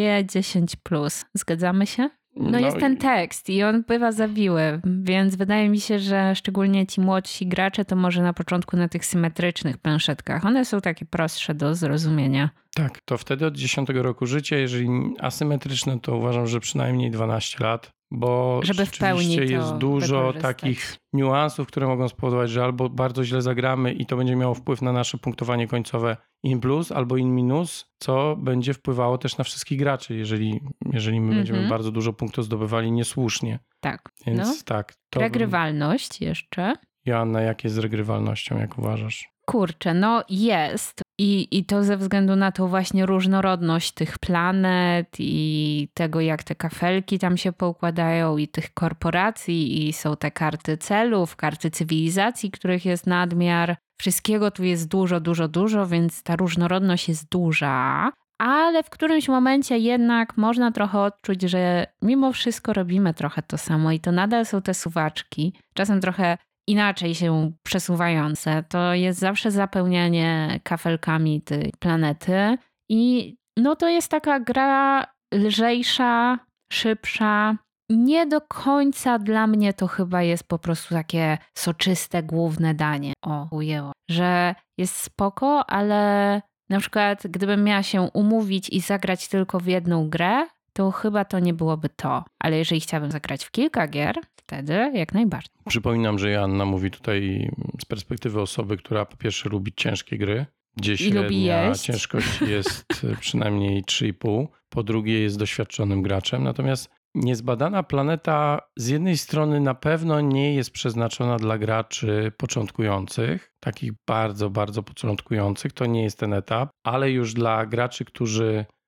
[SPEAKER 2] 10+. Zgadzamy się? No jest ten tekst i on bywa zawiły, więc wydaje mi się, że szczególnie ci młodsi gracze to może na początku na tych symetrycznych planszetkach. One są takie prostsze do zrozumienia.
[SPEAKER 1] Tak, to wtedy od 10 roku życia, jeżeli asymetryczne, to uważam, że przynajmniej 12 lat, bo
[SPEAKER 2] żeby w pełni to
[SPEAKER 1] jest dużo takich niuansów, które mogą spowodować, że albo bardzo źle zagramy i to będzie miało wpływ na nasze punktowanie końcowe in plus albo in minus, co będzie wpływało też na wszystkich graczy, jeżeli my będziemy bardzo dużo punktów zdobywali niesłusznie.
[SPEAKER 2] Tak.
[SPEAKER 1] Więc tak.
[SPEAKER 2] Regrywalność jeszcze.
[SPEAKER 1] Joanna, jak jest z regrywalnością, jak uważasz?
[SPEAKER 2] Kurczę, jest. I to ze względu na tą właśnie różnorodność tych planet i tego, jak te kafelki tam się poukładają i tych korporacji i są te karty celów, karty cywilizacji, których jest nadmiar. Wszystkiego tu jest dużo, więc ta różnorodność jest duża. Ale w którymś momencie jednak można trochę odczuć, że mimo wszystko robimy trochę to samo i to nadal są te suwaczki. Czasem trochę inaczej się przesuwające. To jest zawsze zapełnianie kafelkami tej planety i to jest taka gra lżejsza, szybsza. Nie do końca dla mnie to chyba jest po prostu takie soczyste główne danie. Ujęło. Że jest spoko, ale na przykład gdybym miała się umówić i zagrać tylko w jedną grę, to chyba to nie byłoby to. Ale jeżeli chciałabym zagrać w kilka gier, wtedy jak najbardziej.
[SPEAKER 1] Przypominam, że Joanna mówi tutaj z perspektywy osoby, która po pierwsze lubi ciężkie gry, gdzie średnia ciężkość jest przynajmniej 3,5. Po drugie jest doświadczonym graczem. Natomiast niezbadana planeta z jednej strony na pewno nie jest przeznaczona dla graczy początkujących, takich bardzo, bardzo początkujących. To nie jest ten etap, ale już dla graczy, którzy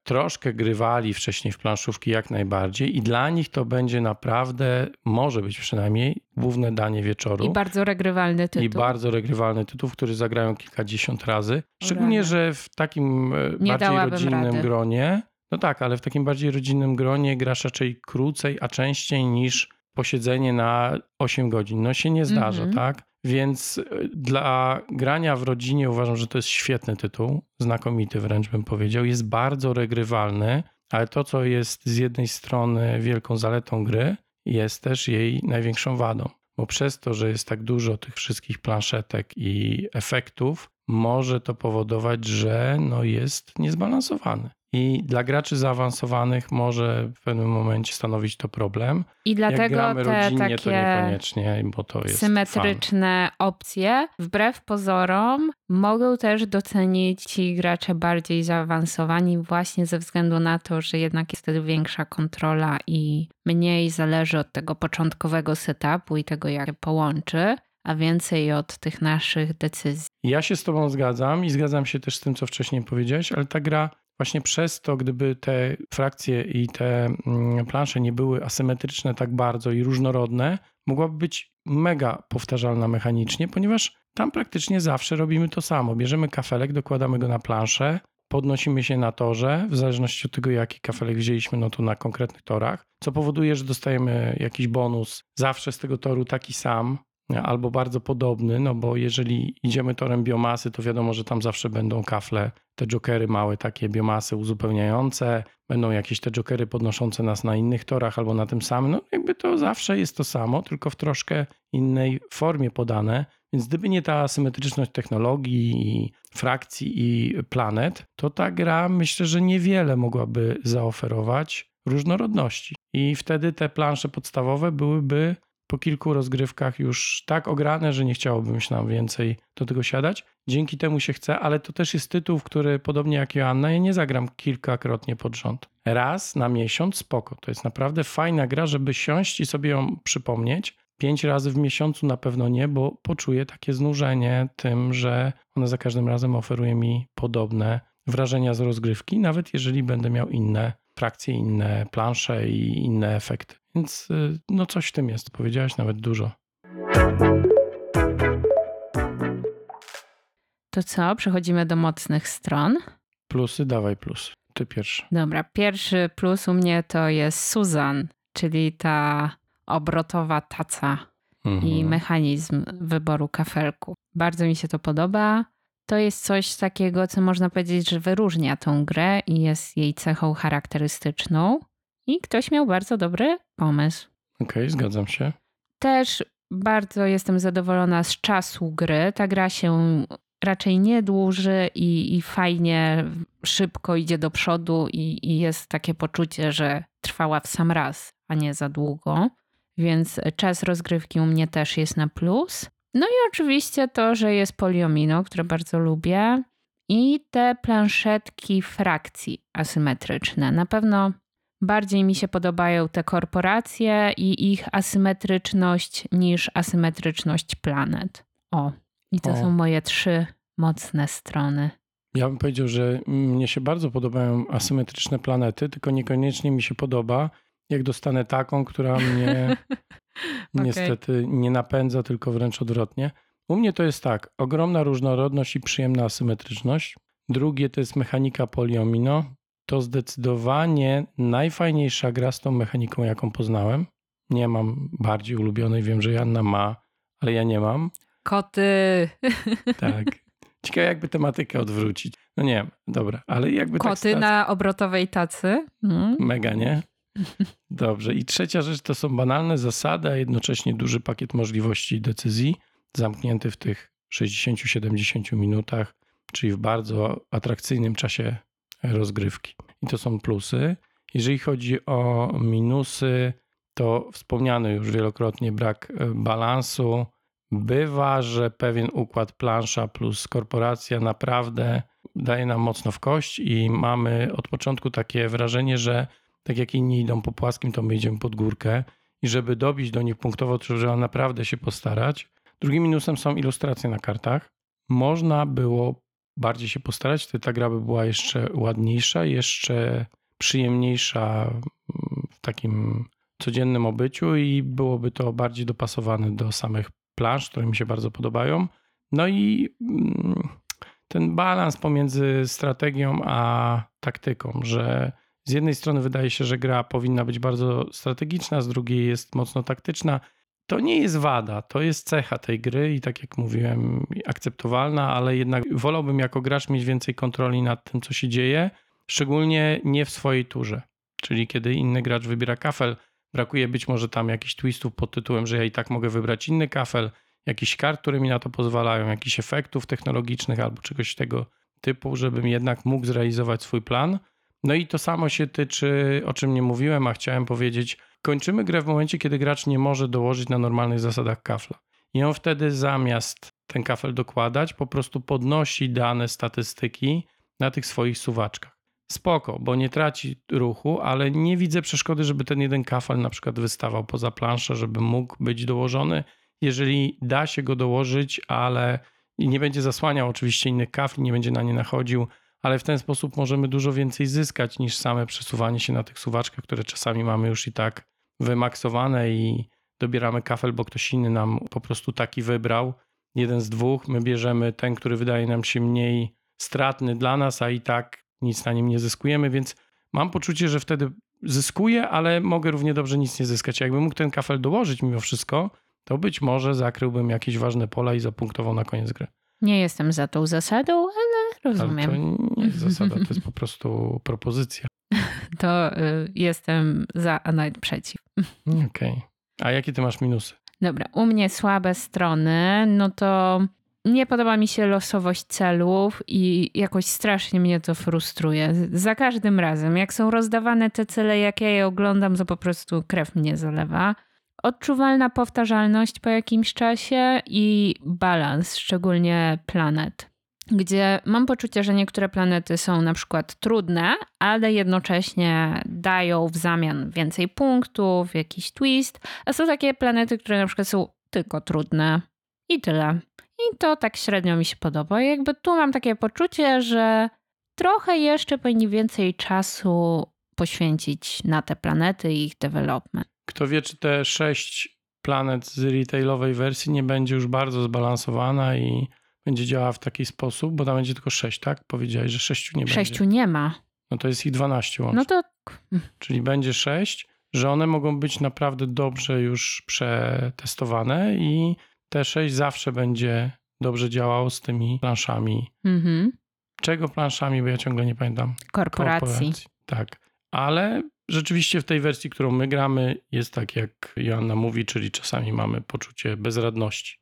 [SPEAKER 1] troszkę grywali wcześniej w planszówki jak najbardziej i dla nich to będzie naprawdę, może być przynajmniej, główne danie wieczoru.
[SPEAKER 2] I bardzo regrywalny
[SPEAKER 1] tytuł, w który zagrają kilkadziesiąt razy. Szczególnie, że w takim bardziej rodzinnym gronie, no tak, ale w takim bardziej rodzinnym gronie grasz raczej krócej, a częściej niż posiedzenie na 8 godzin. No się nie zdarza, tak? Więc dla grania w rodzinie uważam, że to jest świetny tytuł, znakomity wręcz bym powiedział. Jest bardzo regrywalny, ale to, co jest z jednej strony wielką zaletą gry, jest też jej największą wadą. Bo przez to, że jest tak dużo tych wszystkich planszetek i efektów, może to powodować, że jest niezbalansowany. I dla graczy zaawansowanych może w pewnym momencie stanowić to problem.
[SPEAKER 2] I dlatego
[SPEAKER 1] jak gramy
[SPEAKER 2] te
[SPEAKER 1] rodzinnie,
[SPEAKER 2] takie
[SPEAKER 1] to niekoniecznie, bo to jest
[SPEAKER 2] symetryczne opcje, wbrew pozorom, mogą też docenić ci gracze bardziej zaawansowani właśnie ze względu na to, że jednak jest wtedy większa kontrola i mniej zależy od tego początkowego setupu i tego, jak połączy, a więcej od tych naszych decyzji.
[SPEAKER 1] Ja się z tobą zgadzam i zgadzam się też z tym, co wcześniej powiedziałeś, ale ta gra właśnie przez to, gdyby te frakcje i te plansze nie były asymetryczne tak bardzo i różnorodne, mogłaby być mega powtarzalna mechanicznie, ponieważ tam praktycznie zawsze robimy to samo. Bierzemy kafelek, dokładamy go na planszę, podnosimy się na torze, w zależności od tego, jaki kafelek wzięliśmy, to na konkretnych torach, co powoduje, że dostajemy jakiś bonus zawsze z tego toru taki sam, albo bardzo podobny, bo jeżeli idziemy torem biomasy, to wiadomo, że tam zawsze będą kafle, te jokery małe, takie biomasy uzupełniające, będą jakieś te jokery podnoszące nas na innych torach albo na tym samym, jakby to zawsze jest to samo, tylko w troszkę innej formie podane, więc gdyby nie ta asymetryczność technologii, i frakcji i planet, to ta gra myślę, że niewiele mogłaby zaoferować różnorodności i wtedy te plansze podstawowe byłyby po kilku rozgrywkach już tak ograne, że nie chciałbym się nam więcej do tego siadać. Dzięki temu się chce, ale to też jest tytuł, w który podobnie jak Joanna, ja nie zagram kilkakrotnie pod rząd. Raz na miesiąc spoko. To jest naprawdę fajna gra, żeby siąść i sobie ją przypomnieć. 5 razy w miesiącu na pewno nie, bo poczuję takie znużenie tym, że ona za każdym razem oferuje mi podobne wrażenia z rozgrywki, nawet jeżeli będę miał inne frakcje, inne plansze i inne efekty. Więc coś w tym jest. Powiedziałaś nawet dużo.
[SPEAKER 2] To co? Przechodzimy do mocnych stron.
[SPEAKER 1] Plusy, dawaj plus. Ty pierwszy.
[SPEAKER 2] Dobra, pierwszy plus u mnie to jest Susan, czyli ta obrotowa taca i mechanizm wyboru kafelku. Bardzo mi się to podoba. To jest coś takiego, co można powiedzieć, że wyróżnia tą grę i jest jej cechą charakterystyczną. I ktoś miał bardzo dobry pomysł.
[SPEAKER 1] Okej, zgadzam się.
[SPEAKER 2] Też bardzo jestem zadowolona z czasu gry. Ta gra się raczej nie dłuży i fajnie, szybko idzie do przodu i jest takie poczucie, że trwała w sam raz, a nie za długo. Więc czas rozgrywki u mnie też jest na plus. No i oczywiście to, że jest poliomino, które bardzo lubię. I te planszetki frakcji asymetryczne. Na pewno bardziej mi się podobają te korporacje i ich asymetryczność niż asymetryczność planet. I to są moje 3 mocne strony.
[SPEAKER 1] Ja bym powiedział, że mnie się bardzo podobają asymetryczne planety, tylko niekoniecznie mi się podoba, jak dostanę taką, która mnie niestety nie napędza, tylko wręcz odwrotnie. U mnie to jest tak, ogromna różnorodność i przyjemna asymetryczność. Drugie to jest mechanika poliomino. To zdecydowanie najfajniejsza gra z tą mechaniką, jaką poznałem. Nie mam bardziej ulubionej, wiem, że Joanna ma, ale ja nie mam.
[SPEAKER 2] Koty.
[SPEAKER 1] Tak. Ciekawe, jakby tematykę odwrócić. No nie wiem, dobra, ale jakby
[SPEAKER 2] koty tak na obrotowej tacy.
[SPEAKER 1] Mega, nie? Dobrze. I trzecia rzecz to są banalne zasady, a jednocześnie duży pakiet możliwości i decyzji, zamknięty w tych 60-70 minutach, czyli w bardzo atrakcyjnym czasie rozgrywki. I to są plusy. Jeżeli chodzi o minusy, to wspomniany już wielokrotnie brak balansu. Bywa, że pewien układ plansza plus korporacja naprawdę daje nam mocno w kość i mamy od początku takie wrażenie, że tak jak inni idą po płaskim, to my idziemy pod górkę i żeby dobić do nich punktowo, trzeba naprawdę się postarać. Drugim minusem są ilustracje na kartach. Można było bardziej się postarać, to ta gra by była jeszcze ładniejsza, jeszcze przyjemniejsza w takim codziennym obyciu i byłoby to bardziej dopasowane do samych plansz, które mi się bardzo podobają. No i ten balans pomiędzy strategią a taktyką, że z jednej strony wydaje się, że gra powinna być bardzo strategiczna, z drugiej jest mocno taktyczna. To nie jest wada, to jest cecha tej gry i tak jak mówiłem, akceptowalna, ale jednak wolałbym jako gracz mieć więcej kontroli nad tym, co się dzieje, szczególnie nie w swojej turze. Czyli kiedy inny gracz wybiera kafel, brakuje być może tam jakichś twistów pod tytułem, że ja i tak mogę wybrać inny kafel, jakichś kart, które mi na to pozwalają, jakichś efektów technologicznych albo czegoś tego typu, żebym jednak mógł zrealizować swój plan. No i to samo się tyczy, o czym nie mówiłem, a chciałem powiedzieć, kończymy grę w momencie, kiedy gracz nie może dołożyć na normalnych zasadach kafla. I on wtedy zamiast ten kafel dokładać, po prostu podnosi dane statystyki na tych swoich suwaczkach. Spoko, bo nie traci ruchu, ale nie widzę przeszkody, żeby ten jeden kafel na przykład wystawał poza planszę, żeby mógł być dołożony. Jeżeli da się go dołożyć, ale nie będzie zasłaniał oczywiście innych kafli, nie będzie na nie nachodził, ale w ten sposób możemy dużo więcej zyskać niż same przesuwanie się na tych suwaczkach, które czasami mamy już i tak wymaksowane i dobieramy kafel, bo ktoś inny nam po prostu taki wybrał. Jeden z dwóch, my bierzemy ten, który wydaje nam się mniej stratny dla nas, a i tak nic na nim nie zyskujemy, więc mam poczucie, że wtedy zyskuję, ale mogę równie dobrze nic nie zyskać. Jakbym mógł ten kafel dołożyć mimo wszystko, to być może zakryłbym jakieś ważne pola i zapunktował na koniec gry.
[SPEAKER 2] Nie jestem za tą zasadą, ale rozumiem.
[SPEAKER 1] Ale to nie jest zasada, to jest po prostu propozycja.
[SPEAKER 2] To jestem za, a nawet przeciw.
[SPEAKER 1] Okej. A jakie ty masz minusy?
[SPEAKER 2] Dobra, u mnie słabe strony, no to nie podoba mi się losowość celów i jakoś strasznie mnie to frustruje. Za każdym razem, jak są rozdawane te cele, jak ja je oglądam, to po prostu krew mnie zalewa. Odczuwalna powtarzalność po jakimś czasie i balans, szczególnie planet, gdzie mam poczucie, że niektóre planety są na przykład trudne, ale jednocześnie dają w zamian więcej punktów, jakiś twist, a są takie planety, które na przykład są tylko trudne i tyle. I to tak średnio mi się podoba. I jakby tu mam takie poczucie, że trochę jeszcze powinni więcej czasu poświęcić na te planety i ich development.
[SPEAKER 1] Kto wie, czy te 6 planet z retailowej wersji nie będzie już bardzo zbalansowana i będzie działała w taki sposób, bo tam będzie tylko 6, tak? Powiedziałeś, że 6 nie będzie.
[SPEAKER 2] 6 nie ma.
[SPEAKER 1] No to jest ich 12 łącznie.
[SPEAKER 2] No to...
[SPEAKER 1] Czyli będzie 6, że one mogą być naprawdę dobrze już przetestowane i te 6 zawsze będzie dobrze działało z tymi planszami.
[SPEAKER 2] Mhm.
[SPEAKER 1] Czego planszami, bo ja ciągle nie pamiętam.
[SPEAKER 2] Korporacji.
[SPEAKER 1] Tak, ale rzeczywiście w tej wersji, którą my gramy, jest tak jak Joanna mówi, czyli czasami mamy poczucie bezradności.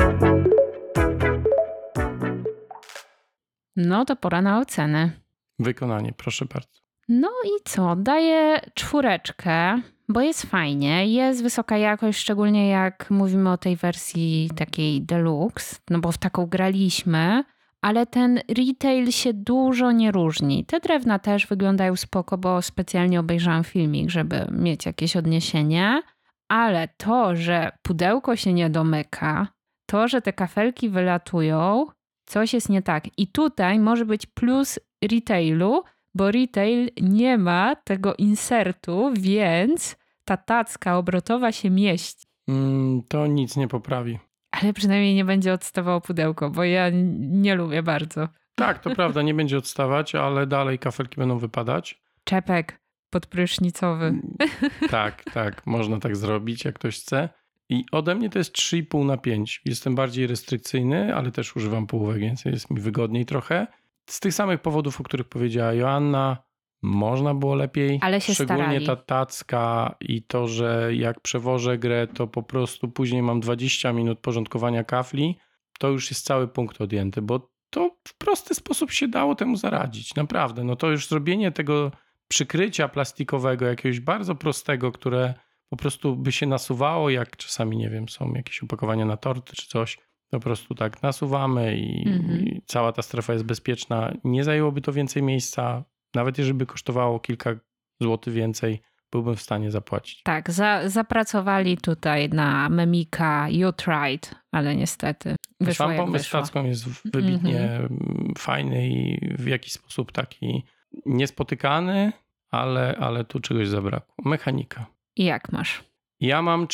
[SPEAKER 2] No to pora na ocenę.
[SPEAKER 1] Wykonanie, proszę bardzo.
[SPEAKER 2] No i co? Daję 4, bo jest fajnie, jest wysoka jakość, szczególnie jak mówimy o tej wersji takiej deluxe, no bo w taką graliśmy, ale ten retail się dużo nie różni. Te drewna też wyglądają spoko, bo specjalnie obejrzałam filmik, żeby mieć jakieś odniesienie, ale to, że pudełko się nie domyka, to, że te kafelki wylatują, coś jest nie tak. I tutaj może być plus retailu, bo retail nie ma tego insertu, więc ta tacka obrotowa się mieści.
[SPEAKER 1] To nic nie poprawi.
[SPEAKER 2] Ale przynajmniej nie będzie odstawało pudełko, bo ja nie lubię bardzo.
[SPEAKER 1] Tak, to prawda, nie będzie odstawać, ale dalej kafelki będą wypadać.
[SPEAKER 2] Czepek podprysznicowy.
[SPEAKER 1] Tak, można tak zrobić, jak ktoś chce. I ode mnie to jest 3,5 na 5. Jestem bardziej restrykcyjny, ale też używam półek, więc jest mi wygodniej trochę. Z tych samych powodów, o których powiedziała Joanna, można było lepiej.
[SPEAKER 2] Ale się
[SPEAKER 1] szczególnie
[SPEAKER 2] starali.
[SPEAKER 1] Ta tacka i to, że jak przewożę grę, to po prostu później mam 20 minut porządkowania kafli, to już jest cały punkt odjęty, bo to w prosty sposób się dało temu zaradzić. Naprawdę. No to już zrobienie tego przykrycia plastikowego, jakiegoś bardzo prostego, które po prostu by się nasuwało, jak czasami, nie wiem, są jakieś opakowania na torty czy coś, po prostu tak nasuwamy i cała ta strefa jest bezpieczna. Nie zajęłoby to więcej miejsca, nawet jeżeli by kosztowało kilka złotych więcej, byłbym w stanie zapłacić.
[SPEAKER 2] Tak, zapracowali tutaj na memika You Tried, ale niestety wyszło
[SPEAKER 1] Sam pomysł z tacką jest wybitnie fajny i w jakiś sposób taki niespotykany, ale tu czegoś zabrakło. Mechanika.
[SPEAKER 2] I jak masz?
[SPEAKER 1] Ja mam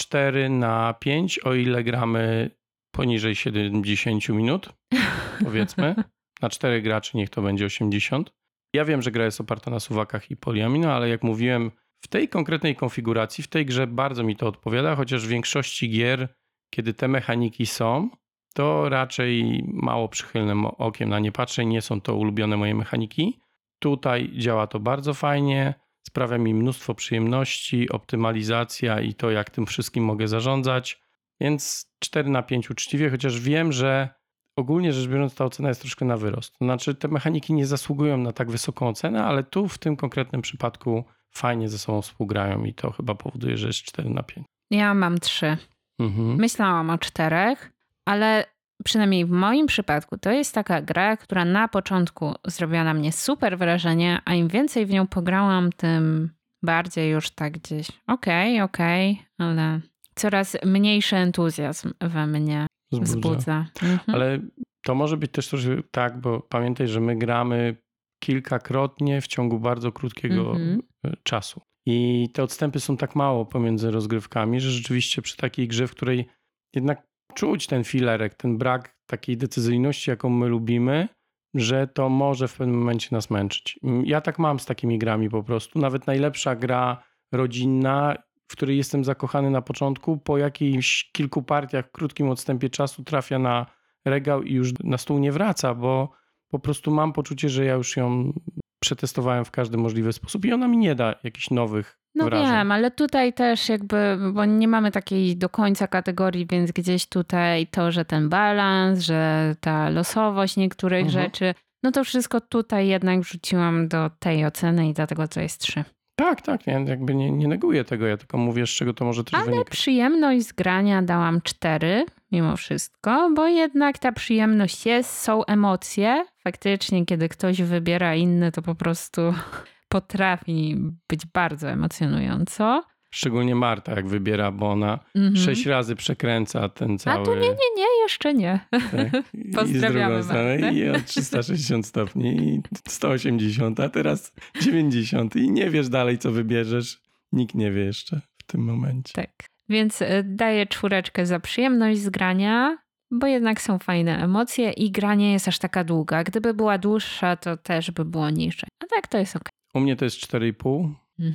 [SPEAKER 1] 4/5, o ile gramy poniżej 70 minut, powiedzmy. Na 4 graczy niech to będzie 80. Ja wiem, że gra jest oparta na suwakach i poliamino, ale jak mówiłem, w tej konkretnej konfiguracji, w tej grze bardzo mi to odpowiada, chociaż w większości gier, kiedy te mechaniki są, to raczej mało przychylnym okiem na nie patrzę, nie są to ulubione moje mechaniki. Tutaj działa to bardzo fajnie, sprawia mi mnóstwo przyjemności, optymalizacja i to, jak tym wszystkim mogę zarządzać, więc 4/5 uczciwie, chociaż wiem, że ogólnie rzecz biorąc ta ocena jest troszkę na wyrost. To znaczy te mechaniki nie zasługują na tak wysoką ocenę, ale tu w tym konkretnym przypadku fajnie ze sobą współgrają i to chyba powoduje, że jest 4/5.
[SPEAKER 2] Ja mam 3. Myślałam o 4, ale przynajmniej w moim przypadku to jest taka gra, która na początku zrobiła na mnie super wrażenie, a im więcej w nią pograłam, tym bardziej już tak gdzieś okej, ale coraz mniejszy entuzjazm we mnie wzbudza.
[SPEAKER 1] Ale to może być też troszkę tak, bo pamiętaj, że my gramy kilkakrotnie w ciągu bardzo krótkiego czasu. I te odstępy są tak mało pomiędzy rozgrywkami, że rzeczywiście przy takiej grze, w której jednak czuć ten filerek, ten brak takiej decyzyjności, jaką my lubimy, że to może w pewnym momencie nas męczyć. Ja tak mam z takimi grami po prostu. Nawet najlepsza gra rodzinna, w której jestem zakochany na początku, po jakichś kilku partiach w krótkim odstępie czasu trafia na regał i już na stół nie wraca, bo po prostu mam poczucie, że ja już ją przetestowałem w każdy możliwy sposób i ona mi nie da jakichś nowych wrażeń.
[SPEAKER 2] Wiem, ale tutaj też jakby, bo nie mamy takiej do końca kategorii, więc gdzieś tutaj to, że ten balans, że ta losowość niektórych rzeczy, no to wszystko tutaj jednak wrzuciłam do tej oceny i dlatego to jest 3.
[SPEAKER 1] Tak, ja jakby nie neguję tego, ja tylko mówię, z czego to może też wynikać.
[SPEAKER 2] Ale przyjemność z grania dałam 4 mimo wszystko, bo jednak ta przyjemność jest, są emocje. Faktycznie, kiedy ktoś wybiera inny, to po prostu potrafi być bardzo emocjonująco.
[SPEAKER 1] Szczególnie Marta, jak wybiera, bo ona 6 razy przekręca ten cały...
[SPEAKER 2] A tu nie, jeszcze nie.
[SPEAKER 1] Tak.
[SPEAKER 2] Pozdrawiamy
[SPEAKER 1] I z drugą stronę i o 360 stopni i 180, a teraz 90 i nie wiesz dalej, co wybierzesz. Nikt nie wie jeszcze w tym momencie.
[SPEAKER 2] Tak, więc daję 4 za przyjemność z grania, bo jednak są fajne emocje i gra nie jest aż taka długa. Gdyby była dłuższa, to też by było niżej. A tak to jest okej.
[SPEAKER 1] U mnie to jest 4,5.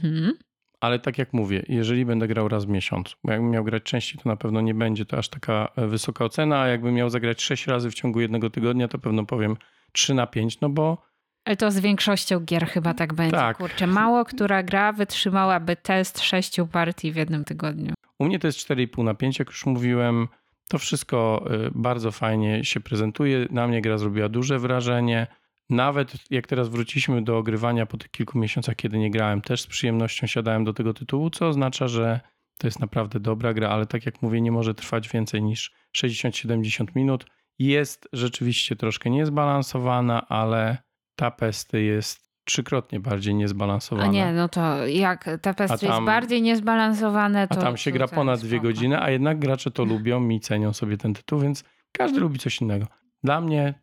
[SPEAKER 1] Ale tak jak mówię, jeżeli będę grał raz w miesiącu, bo jakbym miał grać częściej, to na pewno nie będzie to aż taka wysoka ocena, a jakbym miał zagrać 6 razy w ciągu jednego tygodnia, to pewno powiem 3/5, no bo...
[SPEAKER 2] Ale to z większością gier chyba tak będzie.
[SPEAKER 1] Tak.
[SPEAKER 2] Kurczę, mało która gra wytrzymałaby test 6 partii w jednym tygodniu.
[SPEAKER 1] U mnie to jest 4,5/5, jak już mówiłem, to wszystko bardzo fajnie się prezentuje. Na mnie gra zrobiła duże wrażenie. Nawet jak teraz wróciliśmy do ogrywania po tych kilku miesiącach, kiedy nie grałem, też z przyjemnością siadałem do tego tytułu, co oznacza, że to jest naprawdę dobra gra, ale tak jak mówię, nie może trwać więcej niż 60-70 minut. Jest rzeczywiście troszkę niezbalansowana, ale Tapestry jest 3-krotnie bardziej niezbalansowana.
[SPEAKER 2] A nie, no to jak Tapestry jest bardziej niezbalansowane, to...
[SPEAKER 1] A tam się gra ponad 2 godziny, a jednak gracze to lubią i cenią sobie ten tytuł, więc każdy lubi coś innego. Dla mnie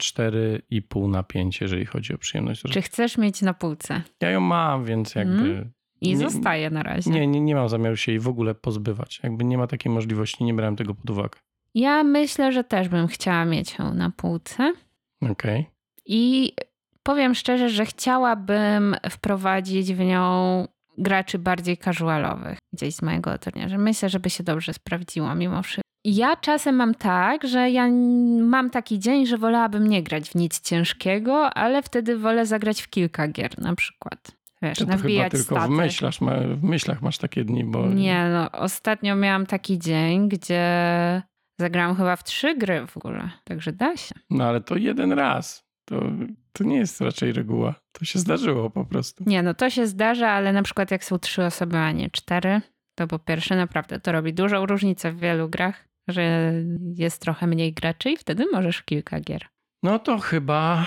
[SPEAKER 1] 4,5/5, jeżeli chodzi o przyjemność.
[SPEAKER 2] Czy chcesz mieć na półce?
[SPEAKER 1] Ja ją mam, więc jakby...
[SPEAKER 2] I zostaje na razie.
[SPEAKER 1] Nie mam zamiaru się jej w ogóle pozbywać. Jakby nie ma takiej możliwości, nie brałem tego pod uwagę.
[SPEAKER 2] Ja myślę, że też bym chciała mieć ją na półce.
[SPEAKER 1] Okej.
[SPEAKER 2] I powiem szczerze, że chciałabym wprowadzić w nią graczy bardziej casualowych gdzieś z mojego otoczenia. Że myślę, żeby się dobrze sprawdziło mimo wszystko. Ja czasem mam tak, że ja mam taki dzień, że wolałabym nie grać w nic ciężkiego, ale wtedy wolę zagrać w kilka gier na przykład. Wiesz,
[SPEAKER 1] to
[SPEAKER 2] nawbijać
[SPEAKER 1] chyba tylko w myślach masz takie dni, bo...
[SPEAKER 2] Nie, no ostatnio miałam taki dzień, gdzie zagrałam chyba w 3 gry w ogóle, także da się.
[SPEAKER 1] No ale to jeden raz. To nie jest raczej reguła. To się zdarzyło po prostu.
[SPEAKER 2] Nie, no to się zdarza, ale na przykład jak są 3 osoby, a nie 4, to po pierwsze naprawdę to robi dużą różnicę w wielu grach, że jest trochę mniej graczy i wtedy możesz w kilka gier.
[SPEAKER 1] No to chyba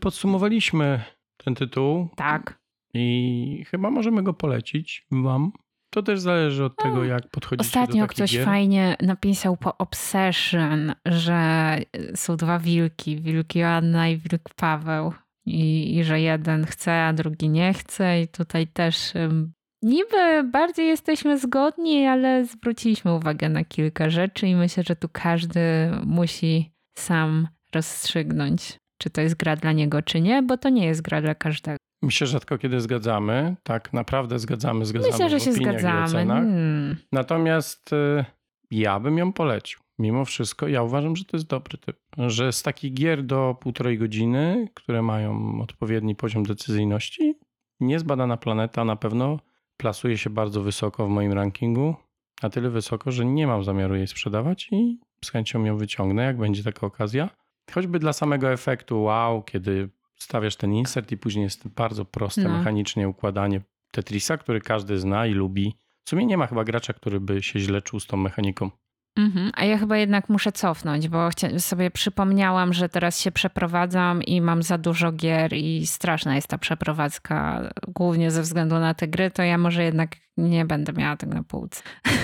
[SPEAKER 1] podsumowaliśmy ten tytuł.
[SPEAKER 2] Tak.
[SPEAKER 1] I chyba możemy go polecić wam. To też zależy od tego, jak podchodzicie do takich
[SPEAKER 2] Ostatnio ktoś
[SPEAKER 1] gier.
[SPEAKER 2] fajnie napisał po Obsession, że są dwa wilki. Wilk Joanna i wilk Paweł. I że jeden chce, a drugi nie chce. I tutaj też niby bardziej jesteśmy zgodni, ale zwróciliśmy uwagę na kilka rzeczy i myślę, że tu każdy musi sam rozstrzygnąć, czy to jest gra dla niego, czy nie, bo to nie jest gra dla każdego.
[SPEAKER 1] My się rzadko kiedy zgadzamy. Tak naprawdę zgadzamy
[SPEAKER 2] Myślę, że
[SPEAKER 1] w
[SPEAKER 2] się
[SPEAKER 1] opiniach i
[SPEAKER 2] zgadzamy.
[SPEAKER 1] ocenach. Natomiast ja bym ją polecił. Mimo wszystko ja uważam, że to jest dobry typ. Że z takich gier do 1,5 godziny, które mają odpowiedni poziom decyzyjności, Niezbadana planeta na pewno plasuje się bardzo wysoko w moim rankingu. Na tyle wysoko, że nie mam zamiaru jej sprzedawać i z chęcią ją wyciągnę, jak będzie taka okazja. Choćby dla samego efektu wow, kiedy stawiasz ten insert i później jest bardzo proste mechanicznie układanie Tetrisa, który każdy zna i lubi. W sumie nie ma chyba gracza, który by się źle czuł z tą mechaniką.
[SPEAKER 2] A ja chyba jednak muszę cofnąć, bo sobie przypomniałam, że teraz się przeprowadzam i mam za dużo gier i straszna jest ta przeprowadzka, głównie ze względu na te gry, to ja może jednak nie będę miała tego na półce.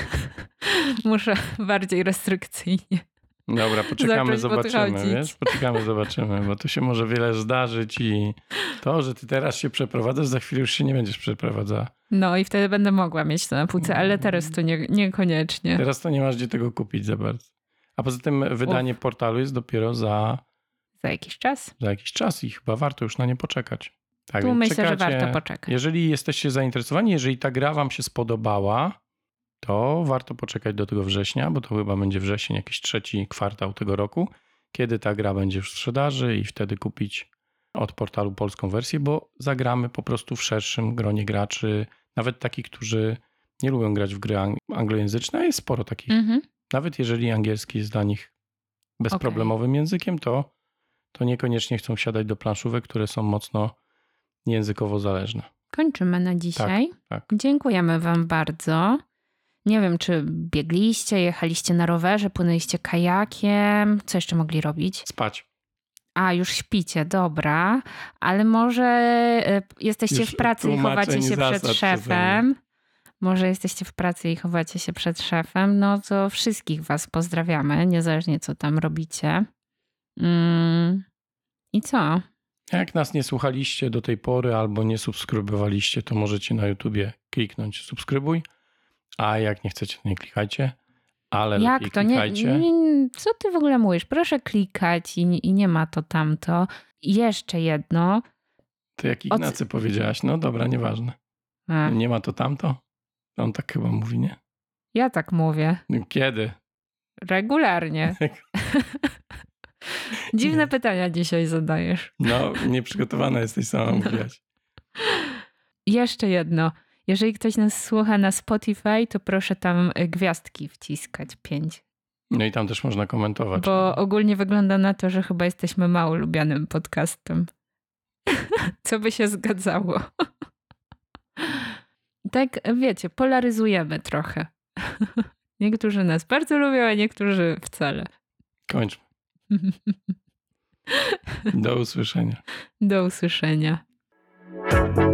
[SPEAKER 2] Muszę bardziej restrykcyjnie.
[SPEAKER 1] Dobra, poczekamy, zobaczymy, wiesz? Poczekamy, zobaczymy, bo tu się może wiele zdarzyć i to, że ty teraz się przeprowadzasz, za chwilę już się nie będziesz przeprowadzała.
[SPEAKER 2] No i wtedy będę mogła mieć to na półce, ale teraz to niekoniecznie.
[SPEAKER 1] Teraz to nie masz gdzie tego kupić za bardzo. A poza tym wydanie portalu jest dopiero za
[SPEAKER 2] jakiś czas.
[SPEAKER 1] Za jakiś czas i chyba warto już na nie poczekać. Tak,
[SPEAKER 2] tu myślę, że warto poczekać.
[SPEAKER 1] Jeżeli jesteście zainteresowani, jeżeli ta gra wam się spodobała, to warto poczekać do tego września, bo to chyba będzie wrzesień, jakiś 3. kwartał tego roku, kiedy ta gra będzie w sprzedaży i wtedy kupić od portalu polską wersję, bo zagramy po prostu w szerszym gronie graczy, nawet takich, którzy nie lubią grać w gry anglojęzyczne, jest sporo takich. Nawet jeżeli angielski jest dla nich bezproblemowym językiem, to niekoniecznie chcą siadać do planszówek, które są mocno językowo zależne.
[SPEAKER 2] Kończymy na dzisiaj.
[SPEAKER 1] Tak.
[SPEAKER 2] Dziękujemy wam bardzo. Nie wiem, czy biegliście, jechaliście na rowerze, płynęliście kajakiem. Co jeszcze mogli robić?
[SPEAKER 1] Spać.
[SPEAKER 2] A, już śpicie, dobra. Ale może jesteście
[SPEAKER 1] już
[SPEAKER 2] w pracy i chowacie się przed szefem. Może jesteście w pracy i chowacie się przed szefem. No to wszystkich was pozdrawiamy, niezależnie co tam robicie. I co?
[SPEAKER 1] Jak nas nie słuchaliście do tej pory albo nie subskrybowaliście, to możecie na YouTubie kliknąć subskrybuj. A jak nie chcecie, to nie klikajcie, ale
[SPEAKER 2] jak
[SPEAKER 1] lepiej
[SPEAKER 2] to?
[SPEAKER 1] klikajcie.
[SPEAKER 2] Co ty w ogóle mówisz? Proszę klikać i nie ma to tamto. I jeszcze jedno.
[SPEAKER 1] To jak Ignacy powiedziałaś, no dobra, nieważne. Nie ma to tamto? On tak chyba mówi, nie?
[SPEAKER 2] Ja tak mówię.
[SPEAKER 1] Kiedy?
[SPEAKER 2] Regularnie. Dziwne pytania dzisiaj zadajesz.
[SPEAKER 1] No, nieprzygotowana jesteś sama, mówiłaś.
[SPEAKER 2] Jeszcze jedno. Jeżeli ktoś nas słucha na Spotify, to proszę tam gwiazdki wciskać 5.
[SPEAKER 1] No i tam też można komentować.
[SPEAKER 2] Bo ogólnie wygląda na to, że chyba jesteśmy mało lubianym podcastem. Co by się zgadzało. Tak, wiecie, polaryzujemy trochę. Niektórzy nas bardzo lubią, a niektórzy wcale.
[SPEAKER 1] Kończmy. Do usłyszenia.
[SPEAKER 2] Do usłyszenia.